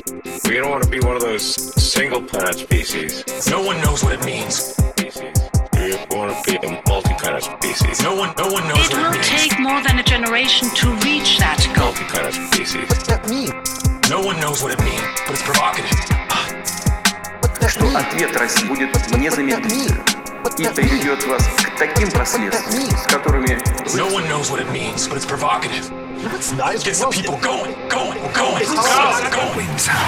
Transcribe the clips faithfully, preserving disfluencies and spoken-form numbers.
We don't want to be one of those single planet species. No one knows what it means. Species. We want to be a multi-planet species. No one, no one knows It what it will means. take more than a generation to reach that goal. Multi-planet species. What's that mean? No one knows what it means, but it's provocative. What's that что mean? ответ России будет незамедлительным и приведет вас к таким последствиям, с которыми No one knows what it means, but it's provocative. That's nice. Gets the people going, going, going, going, going.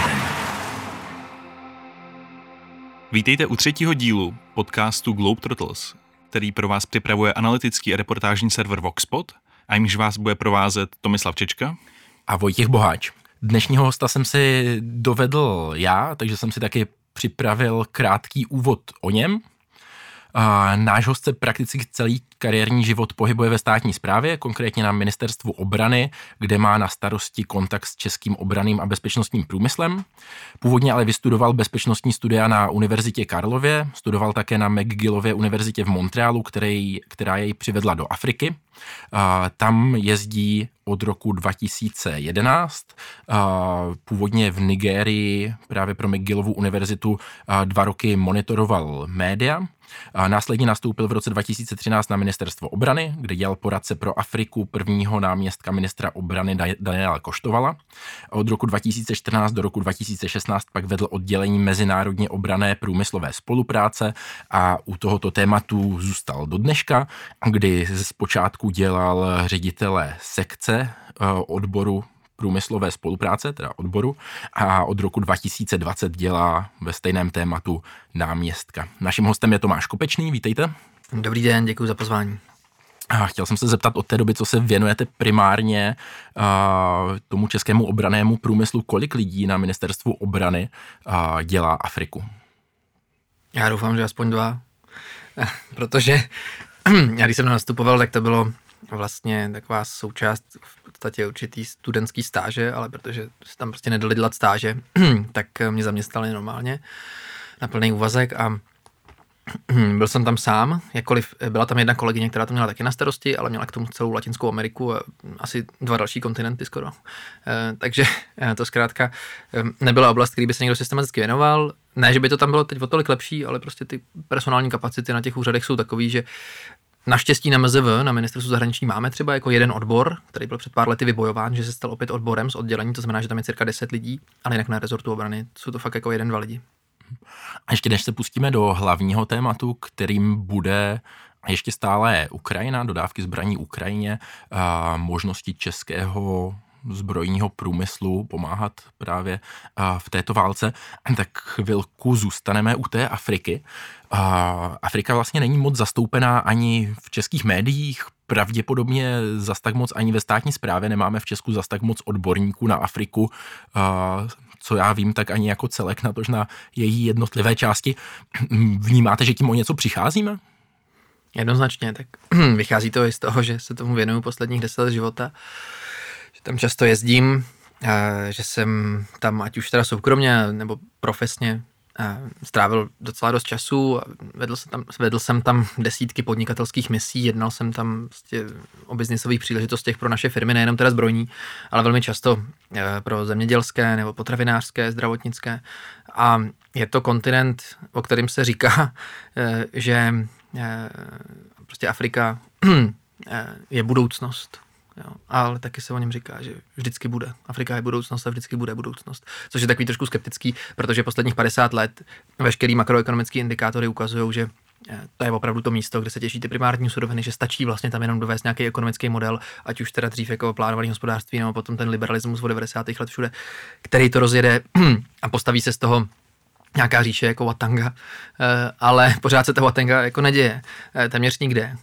Vítejte u třetího dílu podcastu Globetrotters, který pro vás připravuje analytický a reportážní server Voxpot, a jimž vás bude provázet Tomislav Čečka a Vojtěch Boháč. Dnešního hosta jsem si dovedl já, takže jsem si taky připravil krátký úvod o něm. A náš host se prakticky celý kariérní život pohybuje ve státní správě, konkrétně na Ministerstvu obrany, kde má na starosti kontakt s českým obranným a bezpečnostním průmyslem. Původně ale vystudoval bezpečnostní studia na Univerzitě Karlově, studoval také na McGillově univerzitě v Montrealu, který, která jej přivedla do Afriky. A tam jezdí od roku dva tisíce jedenáct, a původně v Nigérii právě pro McGillovu univerzitu dva roky monitoroval média. A následně nastoupil v roce dva tisíce třináct na Ministerstvo obrany, kde dělal poradce pro Afriku prvního náměstka ministra obrany Daniela Koštovala. Od roku dva tisíce čtrnáct do roku dva tisíce šestnáct pak vedl oddělení mezinárodně obranné průmyslové spolupráce a u tohoto tématu zůstal do dneška, kdy zpočátku dělal ředitele sekce odboru průmyslové spolupráce, teda odboru, a od roku dva tisíce dvacet dělá ve stejném tématu náměstka. Naším hostem je Tomáš Kopečný, vítejte. Dobrý den, děkuji za pozvání. A chtěl jsem se zeptat od té doby, co se věnujete primárně a, tomu českému obrannému průmyslu, kolik lidí na Ministerstvu obrany a, dělá Afriku? Já doufám, že aspoň dva, protože já když jsem nastupoval, tak to bylo vlastně taková součást v podstatě určitý studentský stáže, ale protože se tam prostě nedali dělat stáže, tak mě zaměstnali normálně na plný úvazek a byl jsem tam sám, jakkoliv byla tam jedna kolegyně, která to měla taky na starosti, ale měla k tomu celou Latinskou Ameriku a asi dva další kontinenty skoro. Takže to zkrátka nebyla oblast, který by se někdo systematicky věnoval. Ne, že by to tam bylo teď o tolik lepší, ale prostě ty personální kapacity na těch úřadech jsou takový, že naštěstí na M Z V, na Ministerstvu zahraničí, máme třeba jako jeden odbor, který byl před pár lety vybojován, že se stal opět odborem z oddělení, to znamená, že tam je cirka deset lidí, ale jinak na rezortu obrany jsou to fakt jako jeden, dva lidi. A ještě než se pustíme do hlavního tématu, kterým bude ještě stále Ukrajina, dodávky zbraní Ukrajině, a možnosti českého zbrojního průmyslu pomáhat právě v této válce, tak chvilku zůstaneme u té Afriky. Afrika vlastně není moc zastoupená ani v českých médiích, pravděpodobně zas tak moc ani ve státní správě nemáme v Česku zas tak moc odborníků na Afriku, co já vím, tak ani jako celek, natož na její jednotlivé části. Vnímáte, že tím o něco přicházíme? Jednoznačně, tak vychází to i z toho, že se tomu věnuju posledních deset let života, že tam často jezdím, že jsem tam ať už teda soukromně nebo profesně strávil docela dost času, vedl jsem tam, vedl jsem tam desítky podnikatelských misí, jednal jsem tam vlastně o biznisových příležitostech pro naše firmy, nejenom teda zbrojní, ale velmi často pro zemědělské nebo potravinářské, zdravotnické. A je to kontinent, o kterém se říká, že prostě Afrika je budoucnost. Jo, ale taky se o něm říká, že vždycky bude. Afrika je budoucnost a vždycky bude budoucnost. Což je takový trošku skeptický, protože posledních padesát let veškerý makroekonomický indikátory ukazují, že to je opravdu to místo, kde se těší ty primární suroviny, že stačí vlastně tam jenom dovést nějaký ekonomický model, ať už teda dřív jako plánovaný hospodářství, nebo potom ten liberalismus od devadesátých let všude, který to rozjede a postaví se z toho nějaká říše jako Watanga, ale pořád se ta Watanga jako neděje, téměř nikde.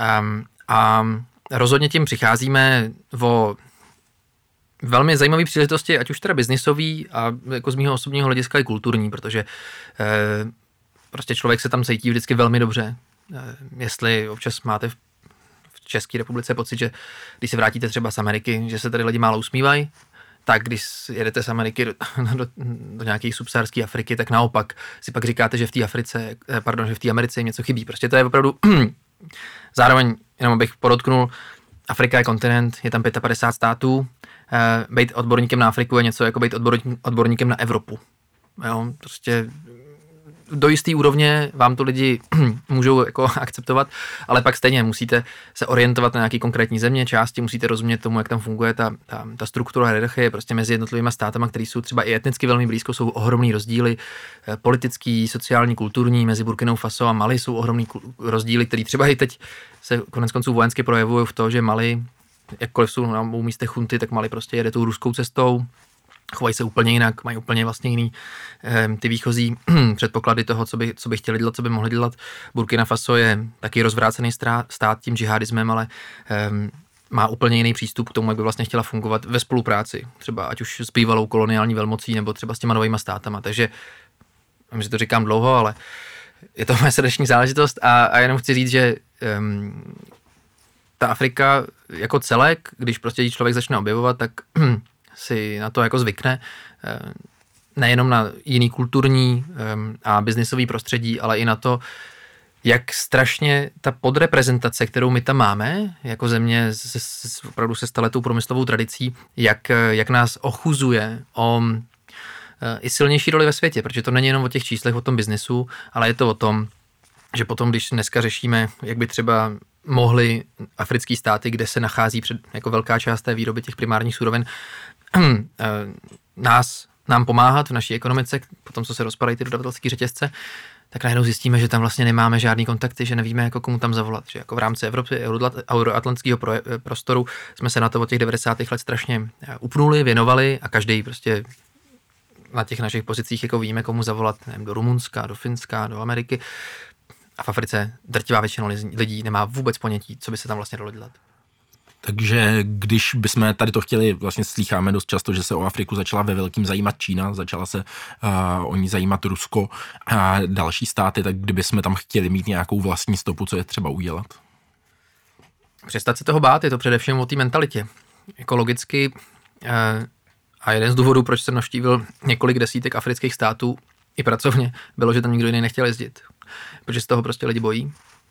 A rozhodně tím přicházíme o velmi zajímavé příležitosti, ať už teda biznisový a jako z mého osobního hlediska i kulturní, protože eh, prostě člověk se tam cítí vždycky velmi dobře. Eh, jestli občas máte v, v České republice pocit, že když se vrátíte třeba z Ameriky, že se tady lidi málo usmívají, tak když jedete z Ameriky do, do, do nějaké subsaharské Afriky, tak naopak si pak říkáte, že v té Africe, pardon, že v té Americe jim něco chybí. Prostě to je opravdu zároveň, jenom abych podotknul, Afrika je kontinent, je tam padesát pět států, uh, být odborníkem na Afriku je něco jako být odborníkem na Evropu. Jo, prostě do jisté úrovně vám to lidi můžou jako akceptovat, ale pak stejně musíte se orientovat na nějaký konkrétní země, části, musíte rozumět tomu, jak tam funguje ta, ta, ta struktura hierarchie prostě mezi jednotlivými státama, které jsou třeba i etnicky velmi blízko, jsou ohromný rozdíly, politický, sociální, kulturní, mezi Burkinou Faso a Mali jsou ohromný rozdíly, které třeba i teď se konec konců vojensky projevují v to, že Mali, jakkoliv jsou na obou místech chunty, tak Mali prostě jede tou ruskou cestou, chovají se úplně jinak, mají úplně vlastně jiný eh, ty výchozí předpoklady toho, co by, co by chtěli dělat, co by mohli dělat. Burkina Faso je taky rozvrácený stát tím džihadismem, ale eh, má úplně jiný přístup k tomu, jak by vlastně chtěla fungovat ve spolupráci, třeba ať už s bývalou koloniální velmocí, nebo třeba s těma novýma státama. Takže, vím, že to říkám dlouho, ale je to moje srdeční záležitost a, a jenom chci říct, že eh, ta Afrika jako celek, když prostě člověk začne objevovat, tak si na to jako zvykne, nejenom na jiný kulturní a biznisový prostředí, ale i na to, jak strašně ta podreprezentace, kterou my tam máme, jako země s, s, opravdu se staletou průmyslovou tradicí, jak, jak nás ochuzuje o i silnější roli ve světě, protože to není jenom o těch číslech, o tom biznisu, ale je to o tom, že potom, když dneska řešíme, jak by třeba mohly africký státy, kde se nachází před, jako velká část té výroby těch primárních surovin, nás, nám pomáhat v naší ekonomice, potom co se rozpadají ty dodavatelské řetězce, tak najednou zjistíme, že tam vlastně nemáme žádný kontakty, že nevíme, jako komu tam zavolat. Že jako v rámci Evropy, euroatlantského prostoru jsme se na to od těch devadesátých let strašně upnuli, věnovali a každý prostě na těch našich pozicích jako víme, komu zavolat, nevím, do Rumunska, do Finska, do Ameriky. A v Africe drtivá většina lidí nemá vůbec ponětí, co by se tam vlastně dalo dělat. Takže když bychom tady to chtěli, vlastně slýcháme dost často, že se o Afriku začala ve velkým zajímat Čína, začala se uh, o ní zajímat Rusko a další státy, tak kdybychom tam chtěli mít nějakou vlastní stopu, co je třeba udělat? Přestat se toho bát, je to především o té mentalitě. Ekologicky uh, a jeden z důvodů, proč jsem navštívil několik desítek afrických států i pracovně, bylo, že tam nikdo jiný nechtěl jezdit. Protože se toho prostě lidi bojí.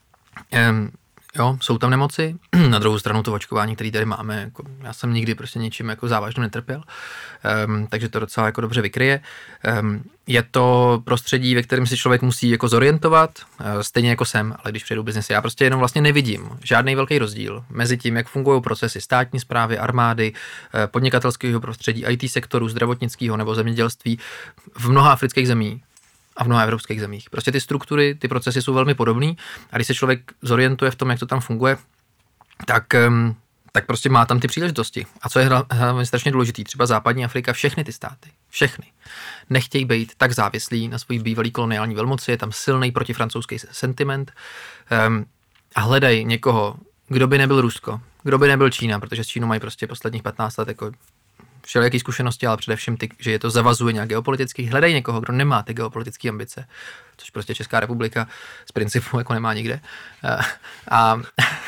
Um, Jo, jsou tam nemoci, na druhou stranu to očkování, který tady máme, jako, já jsem nikdy prostě ničím jako závažným netrpěl, um, takže to docela jako dobře vykryje. Um, je to prostředí, ve kterém si člověk musí jako zorientovat, uh, stejně jako jsem, ale když přejdu biznes, já prostě jenom vlastně nevidím žádný velký rozdíl mezi tím, jak fungují procesy státní správy, armády, uh, podnikatelského prostředí, í té sektoru, zdravotnického nebo zemědělství v mnoha afrických zemích a v mnoha evropských zemích. Prostě ty struktury, ty procesy jsou velmi podobný a když se člověk zorientuje v tom, jak to tam funguje, tak, tak prostě má tam ty příležitosti. A co je hlavně strašně důležitý, třeba západní Afrika, všechny ty státy, všechny, nechtějí být tak závislí na svojí bývalý koloniální velmoci, je tam silný protifrancouzský sentiment um, a hledají někoho, kdo by nebyl Rusko, kdo by nebyl Čína, protože s Čínou mají prostě posledních patnáct let jako všelijaký zkušenosti, ale především ty, že je to zavazuje nějak geopoliticky. Hledají někoho, kdo nemá ty geopolitické ambice, což prostě Česká republika z principu jako nemá nikde. A, a,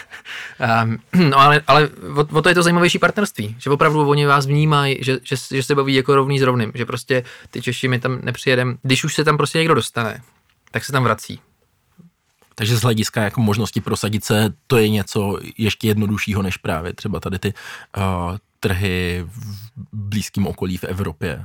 a, no ale, ale o, o to je to zajímavější partnerství, že opravdu oni vás vnímají, že, že, že se baví jako rovný s rovným, že prostě ty Češi my tam nepřijedem, když už se tam prostě někdo dostane, tak se tam vrací. Takže z hlediska jako možnosti prosadit se, to je něco ještě jednoduššího než právě třeba tady ty uh, trhy v blízkém okolí v Evropě.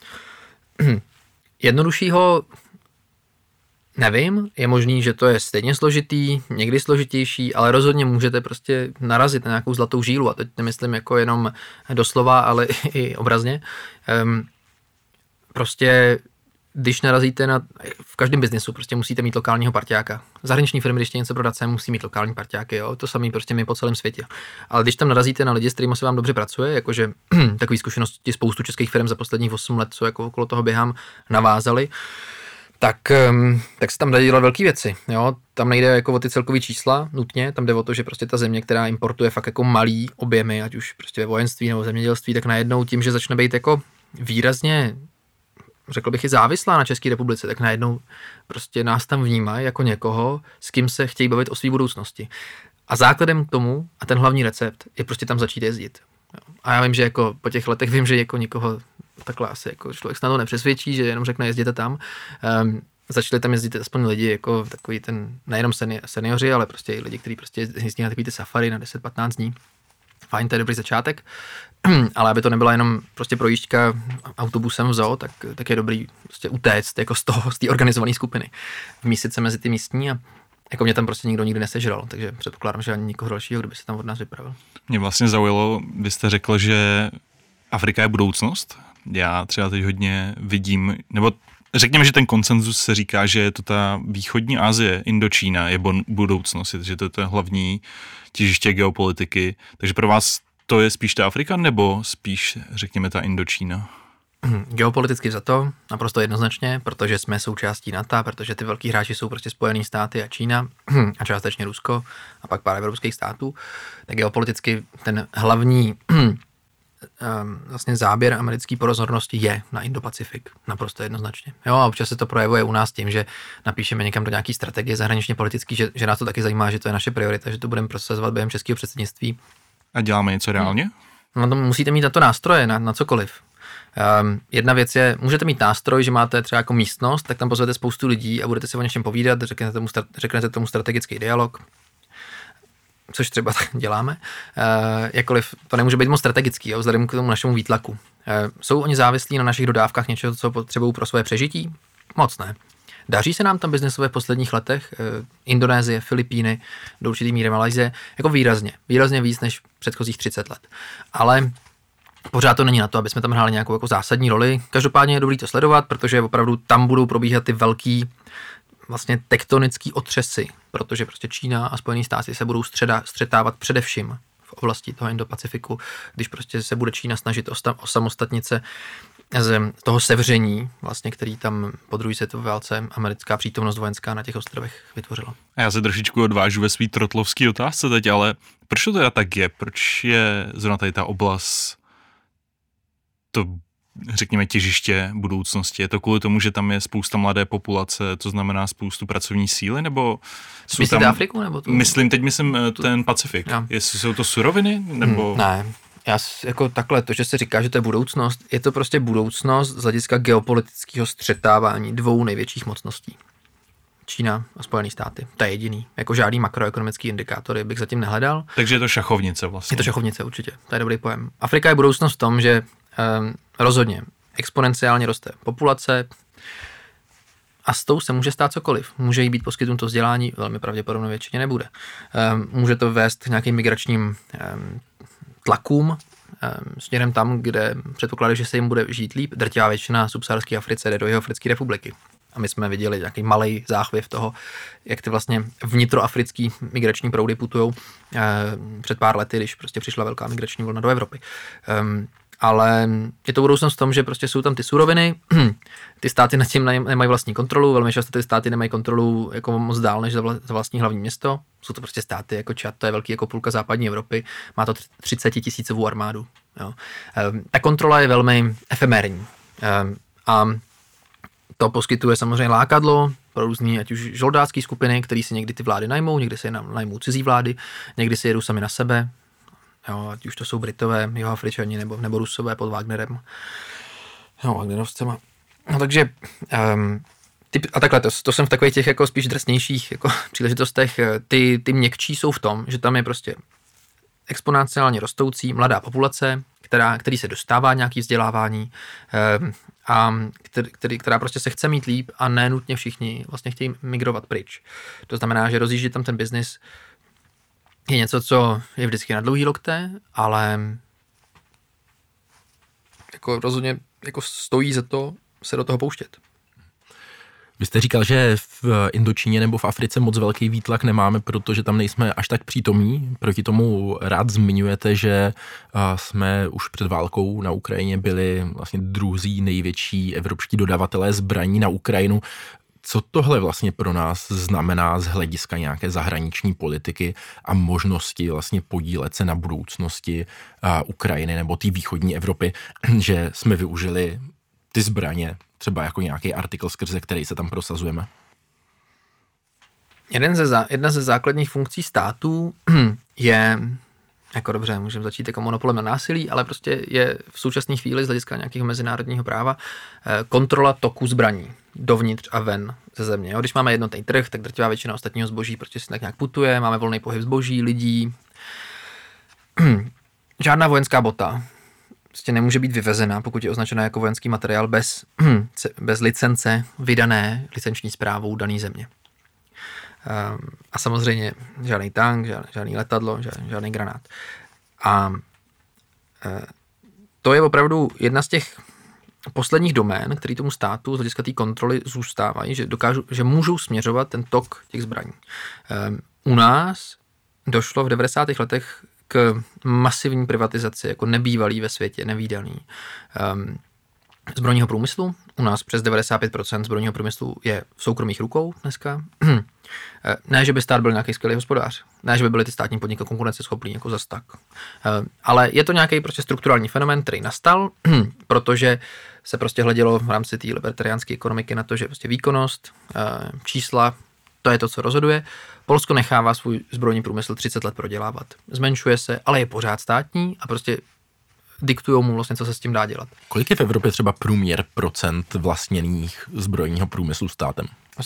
Jednoduššího nevím, je možný, že to je stejně složitý, někdy složitější, ale rozhodně můžete prostě narazit na nějakou zlatou žílu a teď nemyslím jako jenom doslova, ale i obrazně. Um, prostě když narazíte na, v každém biznesu prostě musíte mít lokálního parťáka. Zahraniční firmy, když chtějí něco prodat sem, musí mít lokální parťáky, jo? To samý prostě my po celém světě. Ale když tam narazíte na lidi, s kterými se vám dobře pracuje, jakože takový zkušenosti spoustu českých firm za posledních osm let, co jako okolo toho běhám, navázali, tak, tak se tam dají dělat velké věci. Jo? Tam nejde jako o ty celkový čísla nutně, tam jde o to, že prostě ta země, která importuje fakt jako malý objemy, ať už prostě ve vojenství nebo zemědělství, tak najednou tím, že začne být jako výrazně, řekl bych, i závislá na České republice, tak najednou prostě nás tam vnímají jako někoho, s kým se chtějí bavit o své budoucnosti. A základem k tomu, a ten hlavní recept, je prostě tam začít jezdit. A já vím, že jako po těch letech vím, že jako nikoho takhle asi jako člověk snad to nepřesvědčí, že jenom řekne jezděte tam. Um, začali tam jezdit aspoň lidi, jako takový ten, nejenom seni- seniori, ale prostě i lidi, kteří prostě jezdí na takový ty safari na deset patnáct dní. fajn, to je dobrý začátek, ale aby to nebyla jenom prostě projížďka autobusem v zoo, tak, tak je dobrý prostě utéct jako z toho, z té organizované skupiny. Vmístit se mezi ty místní a jako mě tam prostě nikdo nikdy nesežral, takže předpokládám, že ani nikoho dalšího, kdo by se tam od nás vypravil. Mě vlastně zaujalo, vy jste řekl, že Afrika je budoucnost. Já třeba teď hodně vidím, nebo řekněme, že ten konsenzus se říká, že je to ta východní Asie, Indočína je budoucnost, že to je to hlavní těžiště geopolitiky. Takže pro vás to je spíš ta Afrika, nebo spíš, řekněme, ta Indočína? Geopoliticky za to naprosto jednoznačně, protože jsme součástí NATO, protože ty velký hráči jsou prostě Spojené státy a Čína a částečně Rusko a pak pár evropských států. Tak geopoliticky ten hlavní vlastně záběr americké pozornosti je na Indo-Pacifik, naprosto jednoznačně. Jo, a občas se to projevuje u nás tím, že napíšeme někam do nějaký strategie zahraničně politický, že, že nás to taky zajímá, že to je naše priorita, že to budeme prosazovat během českého předsednictví. A děláme něco reálně? No to musíte mít na to nástroje, na, na cokoliv. Um, jedna věc je, můžete mít nástroj, že máte třeba jako místnost, tak tam pozvete spoustu lidí a budete si o něčem povídat, řeknete tomu, řeknete tomu strategický dialog, což třeba tak děláme. Uh, jakkoliv to nemůže být moc strategický, jo, vzhledem k tomu našemu výtlaku. Uh, jsou oni závislí na našich dodávkách něčeho, co potřebují pro svoje přežití? Moc ne. Daří se nám tam biznesové v posledních letech, uh, Indonésie, Filipíny, do určitý míry Malajsie, jako výrazně, výrazně víc než předchozích třicet let. Ale pořád to není na to, aby jsme tam hráli nějakou jako zásadní roli. Každopádně je dobrý to sledovat, protože opravdu tam budou probíhat ty velký vlastně tektonický otřesy, protože prostě Čína a Spojené státy se budou středa, střetávat především v oblasti toho Indo-Pacifiku, když prostě se bude Čína snažit osamostatnit se z toho sevření, vlastně, který tam po druhé světové válce americká přítomnost vojenská na těch ostrovech vytvořila. A já se trošičku odvážu ve svý trotlovský otázce teď, ale proč to teda tak je? Proč je zrovna tady ta oblast to, řekněme, těžiště budoucnosti? Je to kvůli tomu, že tam je spousta mladé populace, to znamená spoustu pracovní síly, nebo jsou myslíte tam... Afriku, nebo tu? Myslím, teď myslím ten Pacifik. Ja. Jestli jsou to suroviny, nebo... Hmm, ne, já jako takhle, to, že se říká, že to je budoucnost, je to prostě budoucnost z hlediska geopolitického střetávání dvou největších mocností. Čína a Spojené státy. To je jediný. Jako žádný makroekonomický indikátory bych zatím nehledal. Takže je to šachovnice vlastně. Je to šachovnice určitě. To je dobrý pojem. Afrika je budoucnost v tom, že um, rozhodně exponenciálně roste populace a s tou se může stát cokoliv. Může jí být poskytnuto vzdělání, velmi pravděpodobně většině nebude. Um, může to vést k nějakým migračním um, tlakům um, směrem tam, kde předpokládá, že se jim bude žít líp. Drtivá většina subsaharské Africe jde do Jihoafrické republiky. A my jsme viděli nějaký malej záchvěv toho, jak ty vlastně vnitroafrický migrační proudy putujou eh, před pár lety, když prostě přišla velká migrační vlna do Evropy. Um, ale je to budoucnost v tom, že prostě jsou tam ty suroviny, ty státy nad tím nemají vlastní kontrolu, velmi často ty státy nemají kontrolu jako moc dál než za vlastní hlavní město. Jsou to prostě státy jako Čad, to je velký jako půlka západní Evropy, má to třicet tisícovou armádu. Jo. Um, ta kontrola je velmi efemérní. Um, a to poskytuje samozřejmě lákadlo pro různý, ať už žoldácký skupiny, který si někdy ty vlády najmou, někdy si najmou cizí vlády, někdy si jedou sami na sebe, jo, ať už to jsou Britové, Jihoafričani nebo, nebo Rusové pod Wagnerem, jo, Wagnerovcema. No takže, um, ty, a takhle, to, to jsem v takových těch jako spíš drsnějších jako příležitostech, ty, ty měkčí jsou v tom, že tam je prostě exponenciálně rostoucí mladá populace, která, který se dostává nějaký vzdělávání um, a který, který, která prostě se chce mít líp a ne nutně všichni vlastně chtějí migrovat pryč. To znamená, že rozjíždět tam ten biznis je něco, co je vždycky na dlouhý lokte, ale jako rozhodně jako stojí za to se do toho pouštět. Vy jste říkal, že v Indočíně nebo v Africe moc velký výtlak nemáme, protože tam nejsme až tak přítomní. Proti tomu rád zmiňujete, že jsme už před válkou na Ukrajině byli vlastně druzí největší evropští dodavatelé zbraní na Ukrajinu. Co tohle vlastně pro nás znamená z hlediska nějaké zahraniční politiky a možnosti vlastně podílet se na budoucnosti Ukrajiny nebo té východní Evropy, že jsme využili ty zbraně třeba jako nějaký artikl, skrze který se tam prosazujeme? Jeden ze zá, jedna ze základních funkcí států je, jako dobře, můžeme začít jako monopolem na násilí, ale prostě je v současné chvíli z hlediska nějakého mezinárodního práva kontrola toku zbraní dovnitř a ven ze země. Jo? Když máme jednotný trh, tak drtivá většina ostatního zboží prostě si tak nějak putuje, máme volný pohyb zboží, lidí. žádná vojenská bota prostě nemůže být vyvezená, pokud je označená jako vojenský materiál bez, bez licence vydané licenční správou dané země. A samozřejmě žádný tank, žádný letadlo, žádný granát. A to je opravdu jedna z těch posledních domén, který tomu státu z hlediska té kontroly zůstávají, že, dokážu, že můžou směřovat ten tok těch zbraní. U nás došlo v devadesátých letech k masivní privatizaci, jako nebývalý ve světě, nevídaný. Um, zbrojního průmyslu. U nás přes devadesát pět procent zbrojního průmyslu je v soukromých rukou dneska. Ne, že by stát byl nějaký skvělý hospodář. Ne, že by byly ty státní podniky konkurenceschopný, jako zas tak. Ale je to nějaký prostě strukturální fenomén, který nastal, protože se prostě hledělo v rámci té libertariánské ekonomiky na to, že prostě výkonnost, čísla, to je to, co rozhoduje. Polsko nechává svůj zbrojní průmysl třicet let prodělávat. Zmenšuje se, ale je pořád státní a prostě diktujou mu vlastně, co se s tím dá dělat. Kolik je v Evropě třeba průměr procent vlastněných zbrojního průmyslu státem?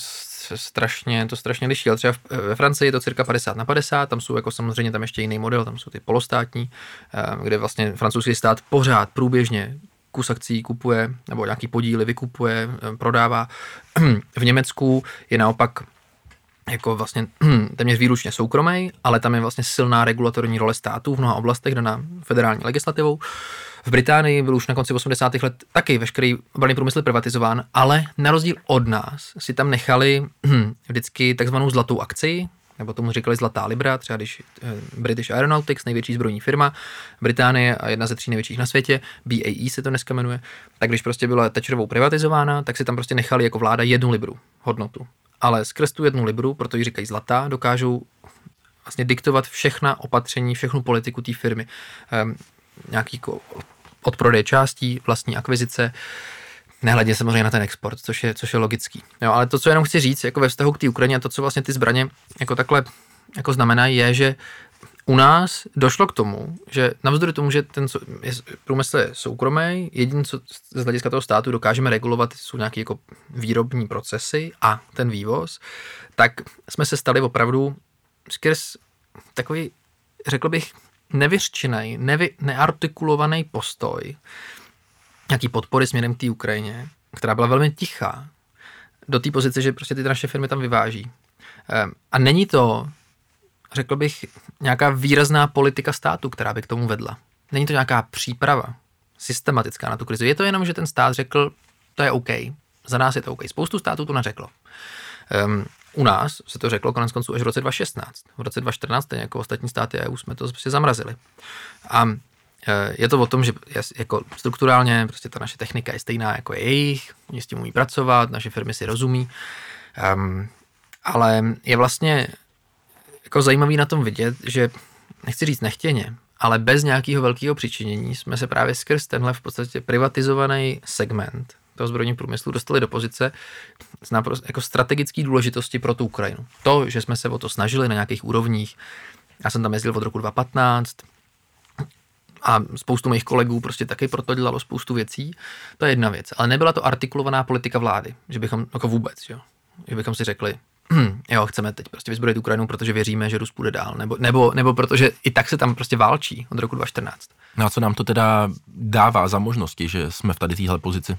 Strašně, to strašně liší, ale třeba ve Francii je to cirka padesát na padesát, tam jsou jako samozřejmě tam ještě jiný model, tam jsou ty polostátní, kde vlastně francouzský stát pořád průběžně kus akcí kupuje, nebo nějaký podíly vykupuje, prodává. V Německu je naopak jako vlastně téměř výlučně soukromý, ale tam je vlastně silná regulatorní role států v mnoha oblastech daná federální legislativou. V Británii byl už na konci osmdesátých let taky veškerý obranný průmysl privatizován, ale na rozdíl od nás si tam nechali vždycky takzvanou zlatou akci, nebo tomu říkali zlatá libra, třeba když British Aeronautics, největší zbrojní firma, Británie a jedna ze tří největších na světě, B A E se to dneska jmenuje, tak když prostě byla Thatcherovou privatizována, tak si tam prostě nechali jako vláda jednu libru hodnotu. Ale skrz tu jednu libru, proto ji říkají zlatá, dokážou vlastně diktovat všechna opatření, všechnu politiku té firmy. Ehm, nějaký odprodej částí, vlastní akvizice, nehledě samozřejmě na ten export, což je, což je logický. Jo, ale to, co jenom chci říct, jako ve vztahu k té Ukrajině a to, co vlastně ty zbraně jako takhle jako znamenají, je, že u nás došlo k tomu, že navzdory tomu, že ten průmysl je soukromý, jediné, co z hlediska toho státu dokážeme regulovat, jsou nějaké jako výrobní procesy a ten vývoz, tak jsme se stali opravdu skrz takový, řekl bych, nevyřčenej, nevy, neartikulovaný postoj nějaký podpory směrem k té Ukrajině, která byla velmi tichá, do té pozice, že prostě ty naše firmy tam vyváží. A není to, řekl bych, nějaká výrazná politika státu, která by k tomu vedla. Není to nějaká příprava systematická na tu krizi. Je to jenom, že ten stát řekl, to je OK. Za nás je to OK. Spoustu států to neřeklo. Um, u nás se to řeklo konec konců až v roce dva tisíce šestnáct. V roce dva tisíce čtrnáct, jako ostatní státy E U, jsme to prostě zamrazili. A je to o tom, že jako strukturálně prostě ta naše technika je stejná jako jejich, oni s tím umí pracovat, naše firmy si rozumí, um, ale je vlastně jako zajímavý na tom vidět, že nechci říct nechtěně, ale bez nějakého velkého přičinění jsme se právě skrz tenhle v podstatě privatizovaný segment toho zbrojního průmyslu dostali do pozice z naprosto jako strategické důležitosti pro tu Ukrajinu. To, že jsme se o to snažili na nějakých úrovních, já jsem tam jezdil od roku dva tisíce patnáct, a spoustu mých kolegů prostě taky proto dělalo spoustu věcí, to je jedna věc. Ale nebyla to artikulovaná politika vlády, že bychom, jako vůbec, jo, že bychom si řekli, hm, jo, chceme teď prostě vyzbrojit Ukrajinu, protože věříme, že Rus půjde dál, nebo, nebo, nebo protože i tak se tam prostě válčí od roku dva tisíce čtrnáct. No a co nám to teda dává za možnosti, že jsme v tady téhle pozici?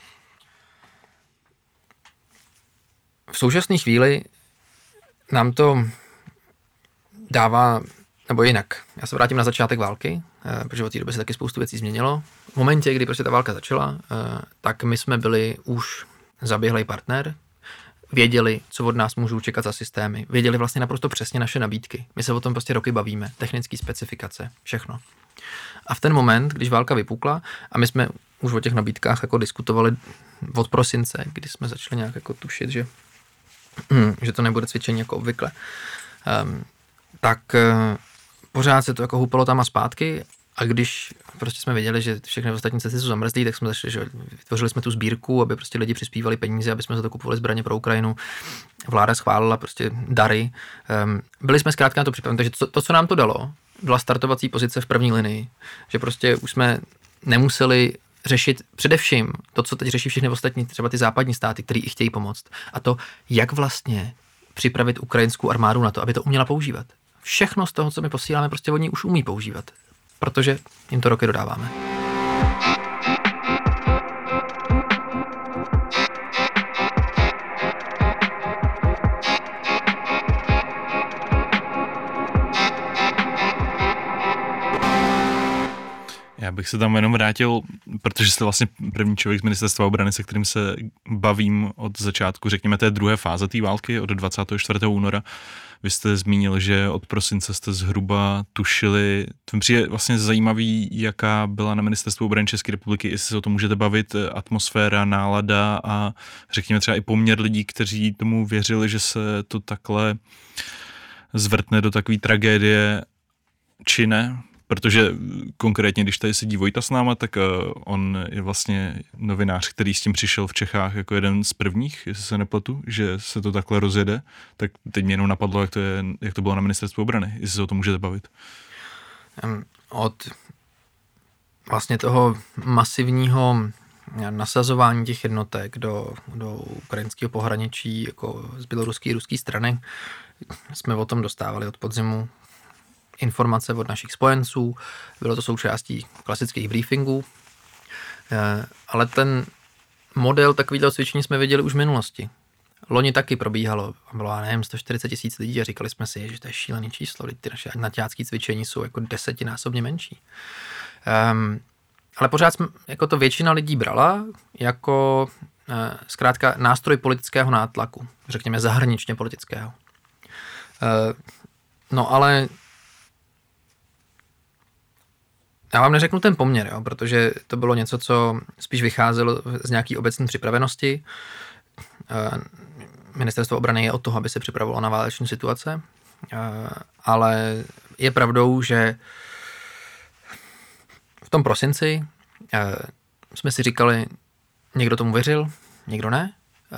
V současné chvíli nám to dává, nebo jinak, já se vrátím na začátek války, protože od té doby se taky spoustu věcí změnilo. V momentě, kdy prostě ta válka začala, tak my jsme byli už zaběhlej partner, věděli, co od nás můžou čekat za systémy, věděli vlastně naprosto přesně naše nabídky. My se o tom prostě roky bavíme, technické specifikace, všechno. A v ten moment, když válka vypukla a my jsme už o těch nabídkách jako diskutovali od prosince, kdy jsme začali nějak jako tušit, že, že to nebude cvičení jako obvykle, um, tak uh, pořád se to jako hupalo tam a zpátky a když prostě jsme věděli, že všechny ostatní cesty jsou zamrzlý, tak jsme začali, že vytvořili jsme tu sbírku, aby prostě lidi přispívali peníze, aby jsme za to kupovali zbraně pro Ukrajinu. Vláda schválila prostě dary. Um, byli jsme zkrátka na to připraveni, takže to, to, co nám to dalo, byla startovací pozice v první linii, že prostě už jsme nemuseli řešit především to, co teď řeší všechny ostatní, třeba ty západní státy, který i chtějí pomoct. A to, jak vlastně připravit ukrajinskou armádu na to, aby to uměla používat. Všechno z toho, co my posíláme, prostě oni už umí používat. protože jim to roky dodáváme. Já bych se tam jenom vrátil, protože jste vlastně první člověk z ministerstva obrany, se kterým se bavím od začátku, řekněme, té druhé fáze té války, od dvacátého čtvrtého února. Vy jste zmínil, že od prosince jste zhruba tušili, to mi přijde vlastně zajímavý, jaká byla na ministerstvu obrany České republiky, jestli se o tom můžete bavit, atmosféra, nálada a řekněme třeba i poměr lidí, kteří tomu věřili, že se to takhle zvrtne do takové tragédie, či ne? Protože konkrétně, když tady sedí Vojta s náma, tak on je vlastně novinář, který s tím přišel v Čechách jako jeden z prvních, jestli se nepletu, že se to takhle rozjede. Tak teď mě jenom napadlo, jak to, je, jak to bylo na ministerstvu obrany, jestli se o tom můžete bavit. Od vlastně toho masivního nasazování těch jednotek do, do ukrajinského pohraničí jako z běloruské a ruské strany jsme o tom dostávali od podzimu informace od našich spojenců, bylo to součástí klasických briefingů, ale ten model takovýhle cvičení jsme viděli už v minulosti. Loni taky probíhalo, bylo, nevím, sto čtyřicet tisíc lidí a říkali jsme si, že to je šílený číslo, ty naše naťácké cvičení jsou jako desetinásobně menší. Um, ale pořád jsme, jako to většina lidí brala jako uh, zkrátka nástroj politického nátlaku, řekněme zahraničně politického. Uh, no ale já vám neřeknu ten poměr, jo, protože to bylo něco, co spíš vycházelo z nějaký obecné připravenosti. Ministerstvo obrany je od toho, aby se připravilo na váleční situace, ale je pravdou, že v tom prosinci jsme si říkali, někdo tomu věřil, někdo ne,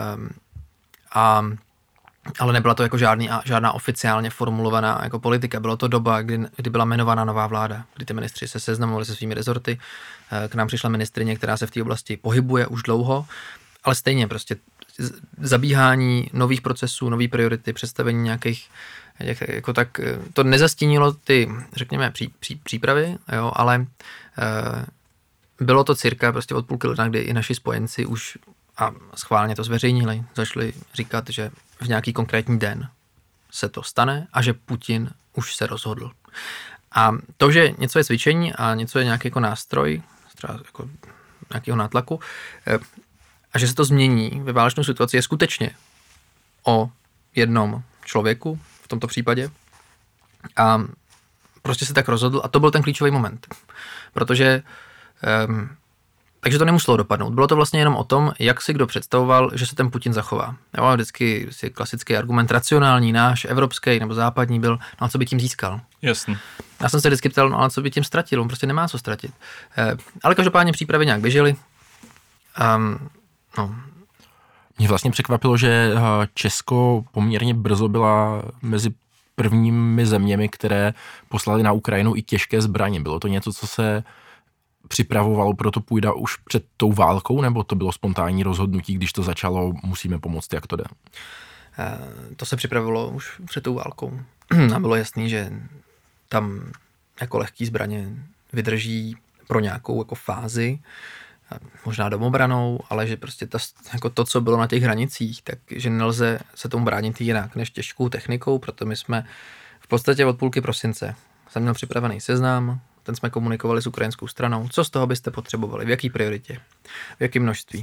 a ale nebyla to jako žádný, žádná oficiálně formulovaná jako politika. Bylo to doba, kdy, kdy byla jmenovaná nová vláda, kdy ty ministři se seznamovali se svými rezorty. K nám přišla ministryně, která se v té oblasti pohybuje už dlouho, ale stejně prostě zabíhání nových procesů, nový priority, představení nějakých, jak, jako tak, to nezastínilo ty, řekněme, pří, pří, přípravy, jo, ale e, bylo to cirka prostě od půlky ledna, kdy i naši spojenci už a schválně to zveřejnili, začali říkat, že v nějaký konkrétní den se to stane a že Putin už se rozhodl. A to, že něco je cvičení a něco je nějaký jako nástroj, třeba jako nějakého nátlaku, a že se to změní ve válečnou situaci, je skutečně o jednom člověku v tomto případě. A prostě se tak rozhodl a to byl ten klíčový moment. Protože um, takže to nemuselo dopadnout. Bylo to vlastně jenom o tom, jak si kdo představoval, že se ten Putin zachová. Jo, vždycky si klasický argument racionální, náš, evropský nebo západní byl, no a co by tím získal? Jasně. Já jsem se vždycky ptal, no ale co by tím ztratil? On prostě nemá co ztratit. Eh, ale každopádně přípravy nějak běžely. Um, no. Mě vlastně překvapilo, že Česko poměrně brzo byla mezi prvními zeměmi, které poslali na Ukrajinu i těžké zbraně. Bylo to něco, co se připravovalo, proto půjde už před tou válkou, nebo to bylo spontánní rozhodnutí, když to začalo, musíme pomoct, jak to jde? To se připravilo už před tou válkou. A bylo jasný, že tam jako lehký zbraně vydrží pro nějakou jako fázi, možná domobranou, ale že prostě ta, jako to, co bylo na těch hranicích, takže nelze se tomu bránit jinak než těžkou technikou, proto my jsme v podstatě od půlky prosince jsem měl připravený seznam, ten jsme komunikovali s ukrajinskou stranou, co z toho byste potřebovali, v jaký prioritě, v jakém množství.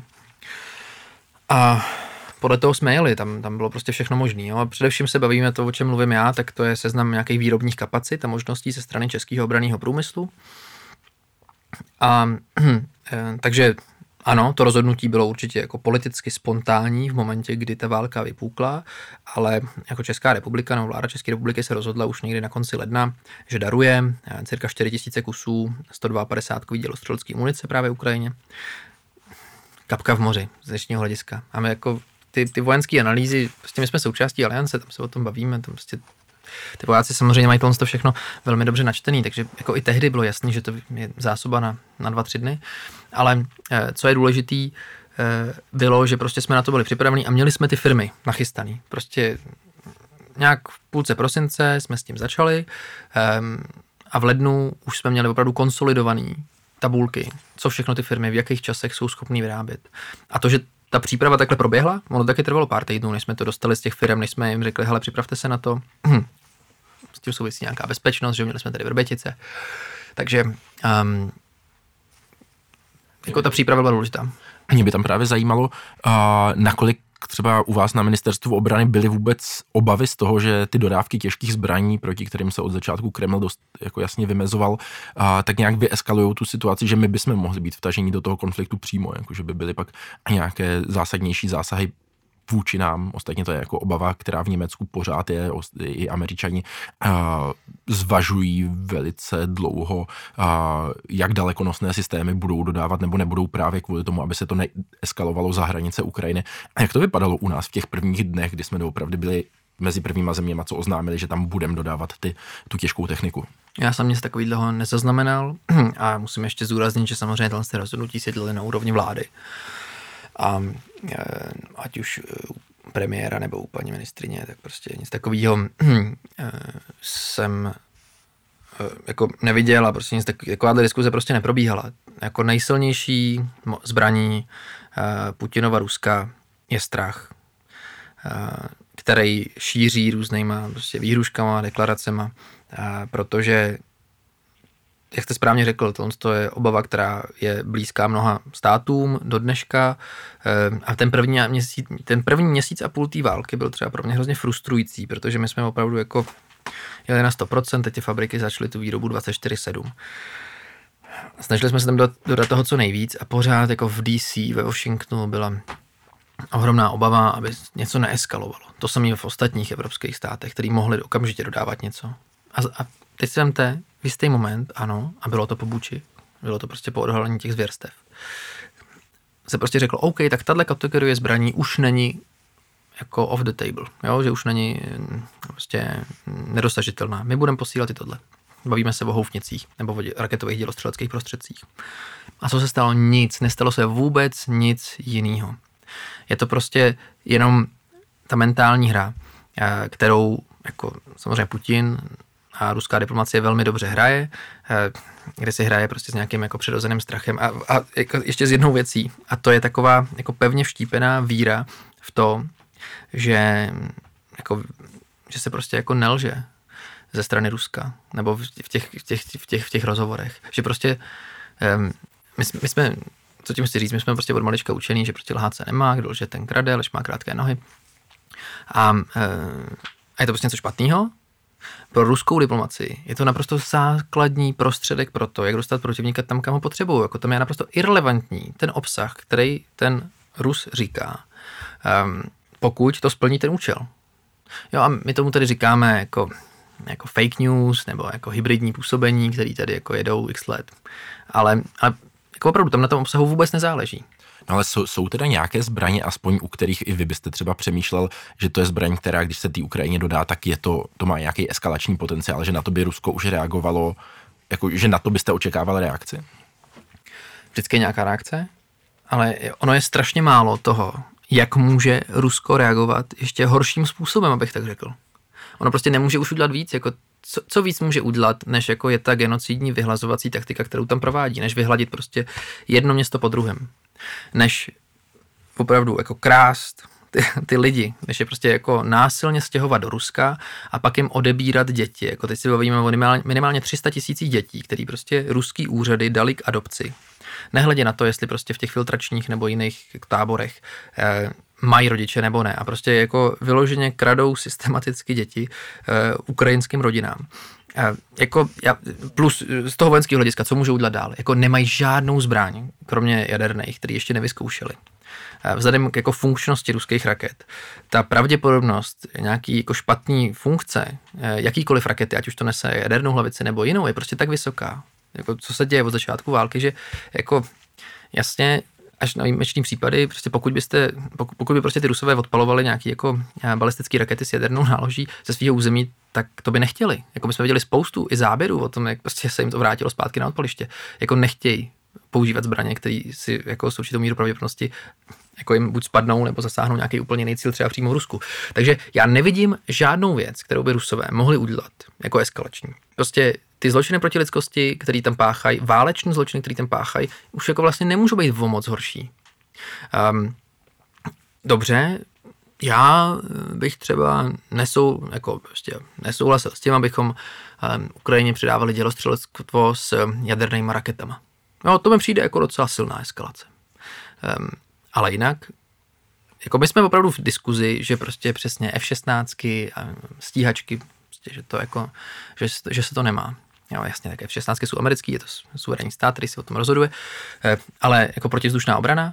A podle toho jsme jeli, tam, tam bylo prostě všechno možné. A především se bavíme to, o čem mluvím já, tak to je seznam nějakých výrobních kapacit a možností ze strany českého obranného průmyslu. A takže ano, to rozhodnutí bylo určitě jako politicky spontánní v momentě, kdy ta válka vypukla, ale jako Česká republika, no vláda České republiky se rozhodla už někdy na konci ledna, že daruje cirka čtyři tisíce kusů sto padesát dva dělostřelecké munice právě Ukrajině. Kapka v moři z dnešního hlediska. A my jako ty, ty vojenské analýzy, prostě my jsme součástí aliance, tam se o tom bavíme, tam prostě ty vojáci samozřejmě mají to všechno velmi dobře načtený, takže jako i tehdy bylo jasný, že to je zásoba na, na dva, tři dny, ale eh, co je důležitý, eh, bylo, že prostě jsme na to byli připraveni a měli jsme ty firmy nachystaný. Prostě nějak v půlce prosince jsme s tím začali eh, a v lednu už jsme měli opravdu konsolidovaný tabulky, co všechno ty firmy, v jakých časech jsou schopný vyrábět. A to, že ta příprava takhle proběhla, ono taky trvalo pár týdnů, než jsme to dostali z těch firm, než jsme jim řekli, hele, připravte se na to. S tím souvisí nějaká bezpečnost, že měli jsme tady Vrbětice. Takže um, jako ta příprava byla důležitá. Mě by tam právě zajímalo, uh, nakolik třeba u vás na ministerstvu obrany byly vůbec obavy z toho, že ty dodávky těžkých zbraní, proti kterým se od začátku Kreml dost jako jasně vymezoval, uh, tak nějak vyeskalují tu situaci, že my bychom mohli být vtažení do toho konfliktu přímo, jako že by byly pak nějaké zásadnější zásahy vůči nám. Ostatně to je jako obava, která v Německu pořád je, i Američani uh, zvažují velice dlouho, uh, jak dalekonosné systémy budou dodávat nebo nebudou právě kvůli tomu, aby se to neeskalovalo za hranice Ukrajiny. A jak to vypadalo u nás v těch prvních dnech, kdy jsme doopravdy byli mezi prvníma zeměma, co oznámili, že tam budeme dodávat ty, tu těžkou techniku? Já jsem nic takového nezaznamenal a musím ještě zúraznit, že samozřejmě tohle rozhodnutí se dělaly na úrovni vlády. A ať už u premiéra nebo u paní ministrině, tak prostě nic takového jsem jako neviděl a prostě nic takového, takováhle diskuze prostě neprobíhala. Jako nejsilnější zbraní Putinova Ruska je strach, který šíří různýma prostě výhruškama, deklaracema, protože jak jste správně řekl, to je obava, která je blízká mnoha státům do dneška a ten první měsíc, ten první měsíc a půl té války byl třeba pro mě hrozně frustrující, protože my jsme opravdu jako jeli na sto procent, teď ty fabriky začaly tu výrobu dvacet čtyři sedm. Snažili jsme se tam dodat, dodat toho co nejvíc a pořád jako v D C, ve Washingtonu byla ohromná obava, aby něco neeskalovalo. To samé v ostatních evropských státech, který mohli okamžitě dodávat něco. A, a teď si vemte, v jistý moment, ano, a bylo to po Buči, bylo to prostě po odhalení těch zvěrstev, se prostě řeklo, OK, tak tahle kategorie zbraní už není jako off the table, jo, že už není prostě nedosažitelná. My budeme posílat i tohle. Bavíme se o houfnicích nebo o raketových dělostřeleckých prostředcích. A co se stalo? Nic. Nestalo se vůbec nic jiného. Je to prostě jenom ta mentální hra, kterou jako samozřejmě Putin a ruská diplomacie velmi dobře hraje, kde si hraje prostě s nějakým jako přirozeným strachem a, a jako ještě s jednou věcí a to je taková jako pevně vštípená víra v to, že, jako, že se prostě jako nelže ze strany Ruska nebo v těch, v těch, v těch, v těch rozhovorech, že prostě um, my, my jsme, co tím chci říct, my jsme prostě od malička učení, že prostě lhát se nemá, kdo lže ten krade, lež má krátké nohy a, uh, a je to prostě něco špatného. Pro ruskou diplomacii je to naprosto základní prostředek pro to, jak dostat protivníka tam, kam ho potřebují. Jako tam je naprosto irrelevantní ten obsah, který ten Rus říká, um, pokud to splní ten účel. Jo a my tomu tady říkáme jako, jako fake news nebo jako hybridní působení, který tady jako jedou x let. Ale, ale jako opravdu tam na tom obsahu vůbec nezáleží. No ale jsou, jsou teda nějaké zbraně, aspoň u kterých i vy byste třeba přemýšlel, že to je zbraň, která když se té Ukrajině dodá, tak je to, to má nějaký eskalační potenciál, že na to by Rusko už reagovalo, jako, že na to byste očekával reakci? Vždycky je nějaká reakce, ale ono je strašně málo toho, jak může Rusko reagovat ještě horším způsobem, abych tak řekl. Ono prostě nemůže už udělat víc, jako co, co víc může udělat, než jako je ta genocidní vyhlazovací taktika, kterou tam provádí, než vyhladit prostě jedno město po druhém. Než opravdu jako krást ty, ty lidi, než je prostě jako násilně stěhovat do Ruska a pak jim odebírat děti. Jako teď si bavíme o minimálně tři sta tisících dětí, který prostě ruský úřady dali k adopci. Nehledě na to, jestli prostě v těch filtračních nebo jiných táborech eh, mají rodiče nebo ne. A prostě jako vyloženě kradou systematicky děti eh, ukrajinským rodinám. Eh, jako, ja, plus z toho vojenského hlediska, co můžou udělat dál? Jako nemají žádnou zbraň, kromě jaderných, který ještě nevyzkoušeli. Eh, vzhledem k jako funkčnosti ruských raket, ta pravděpodobnost nějaký jako špatný funkce, eh, jakýkoliv rakety, ať už to nese jadernou hlavici nebo jinou, je prostě tak vysoká. Jako, co se děje od začátku války, že jako jasně až na výjimečný případy, prostě pokud byste, pokud, pokud by prostě ty Rusové odpalovali nějaký jako balistický rakety s jadernou náloží ze svého území, tak to by nechtěli. Jako my jsme viděli spoustu i záběrů o tom, jak prostě se jim to vrátilo zpátky na odpaliště. Jako nechtějí používat zbraně, které si jako s určitou míru pravděpodobnosti jako jim buď spadnou, nebo zasáhnou nějaký úplně jiný cíl, třeba přímo v Rusku. Takže já nevidím žádnou věc, kterou by Rusové mohli udělat jako eskalační. Prostě ty zločiny proti lidskosti, který tam páchají, váleční zločiny, který tam páchají, už jako vlastně nemůžou být o moc horší. Um, dobře, já bych třeba nesou, jako prostě nesouhlasil s tím, abychom um, Ukrajině předávali dělostřelectvo s jadernými raketama. No, to mi přijde jako docela silná eskalace. Um, ale jinak, jako my jsme opravdu v diskuzi, že prostě přesně F šestnáct a stíhačky, prostě, že to jako, že, že se to nemá. Jo, jasně, tak F šestnáct jsou americký, je to suverénní stát, který si o tom rozhoduje, ale jako protivzdušná obrana,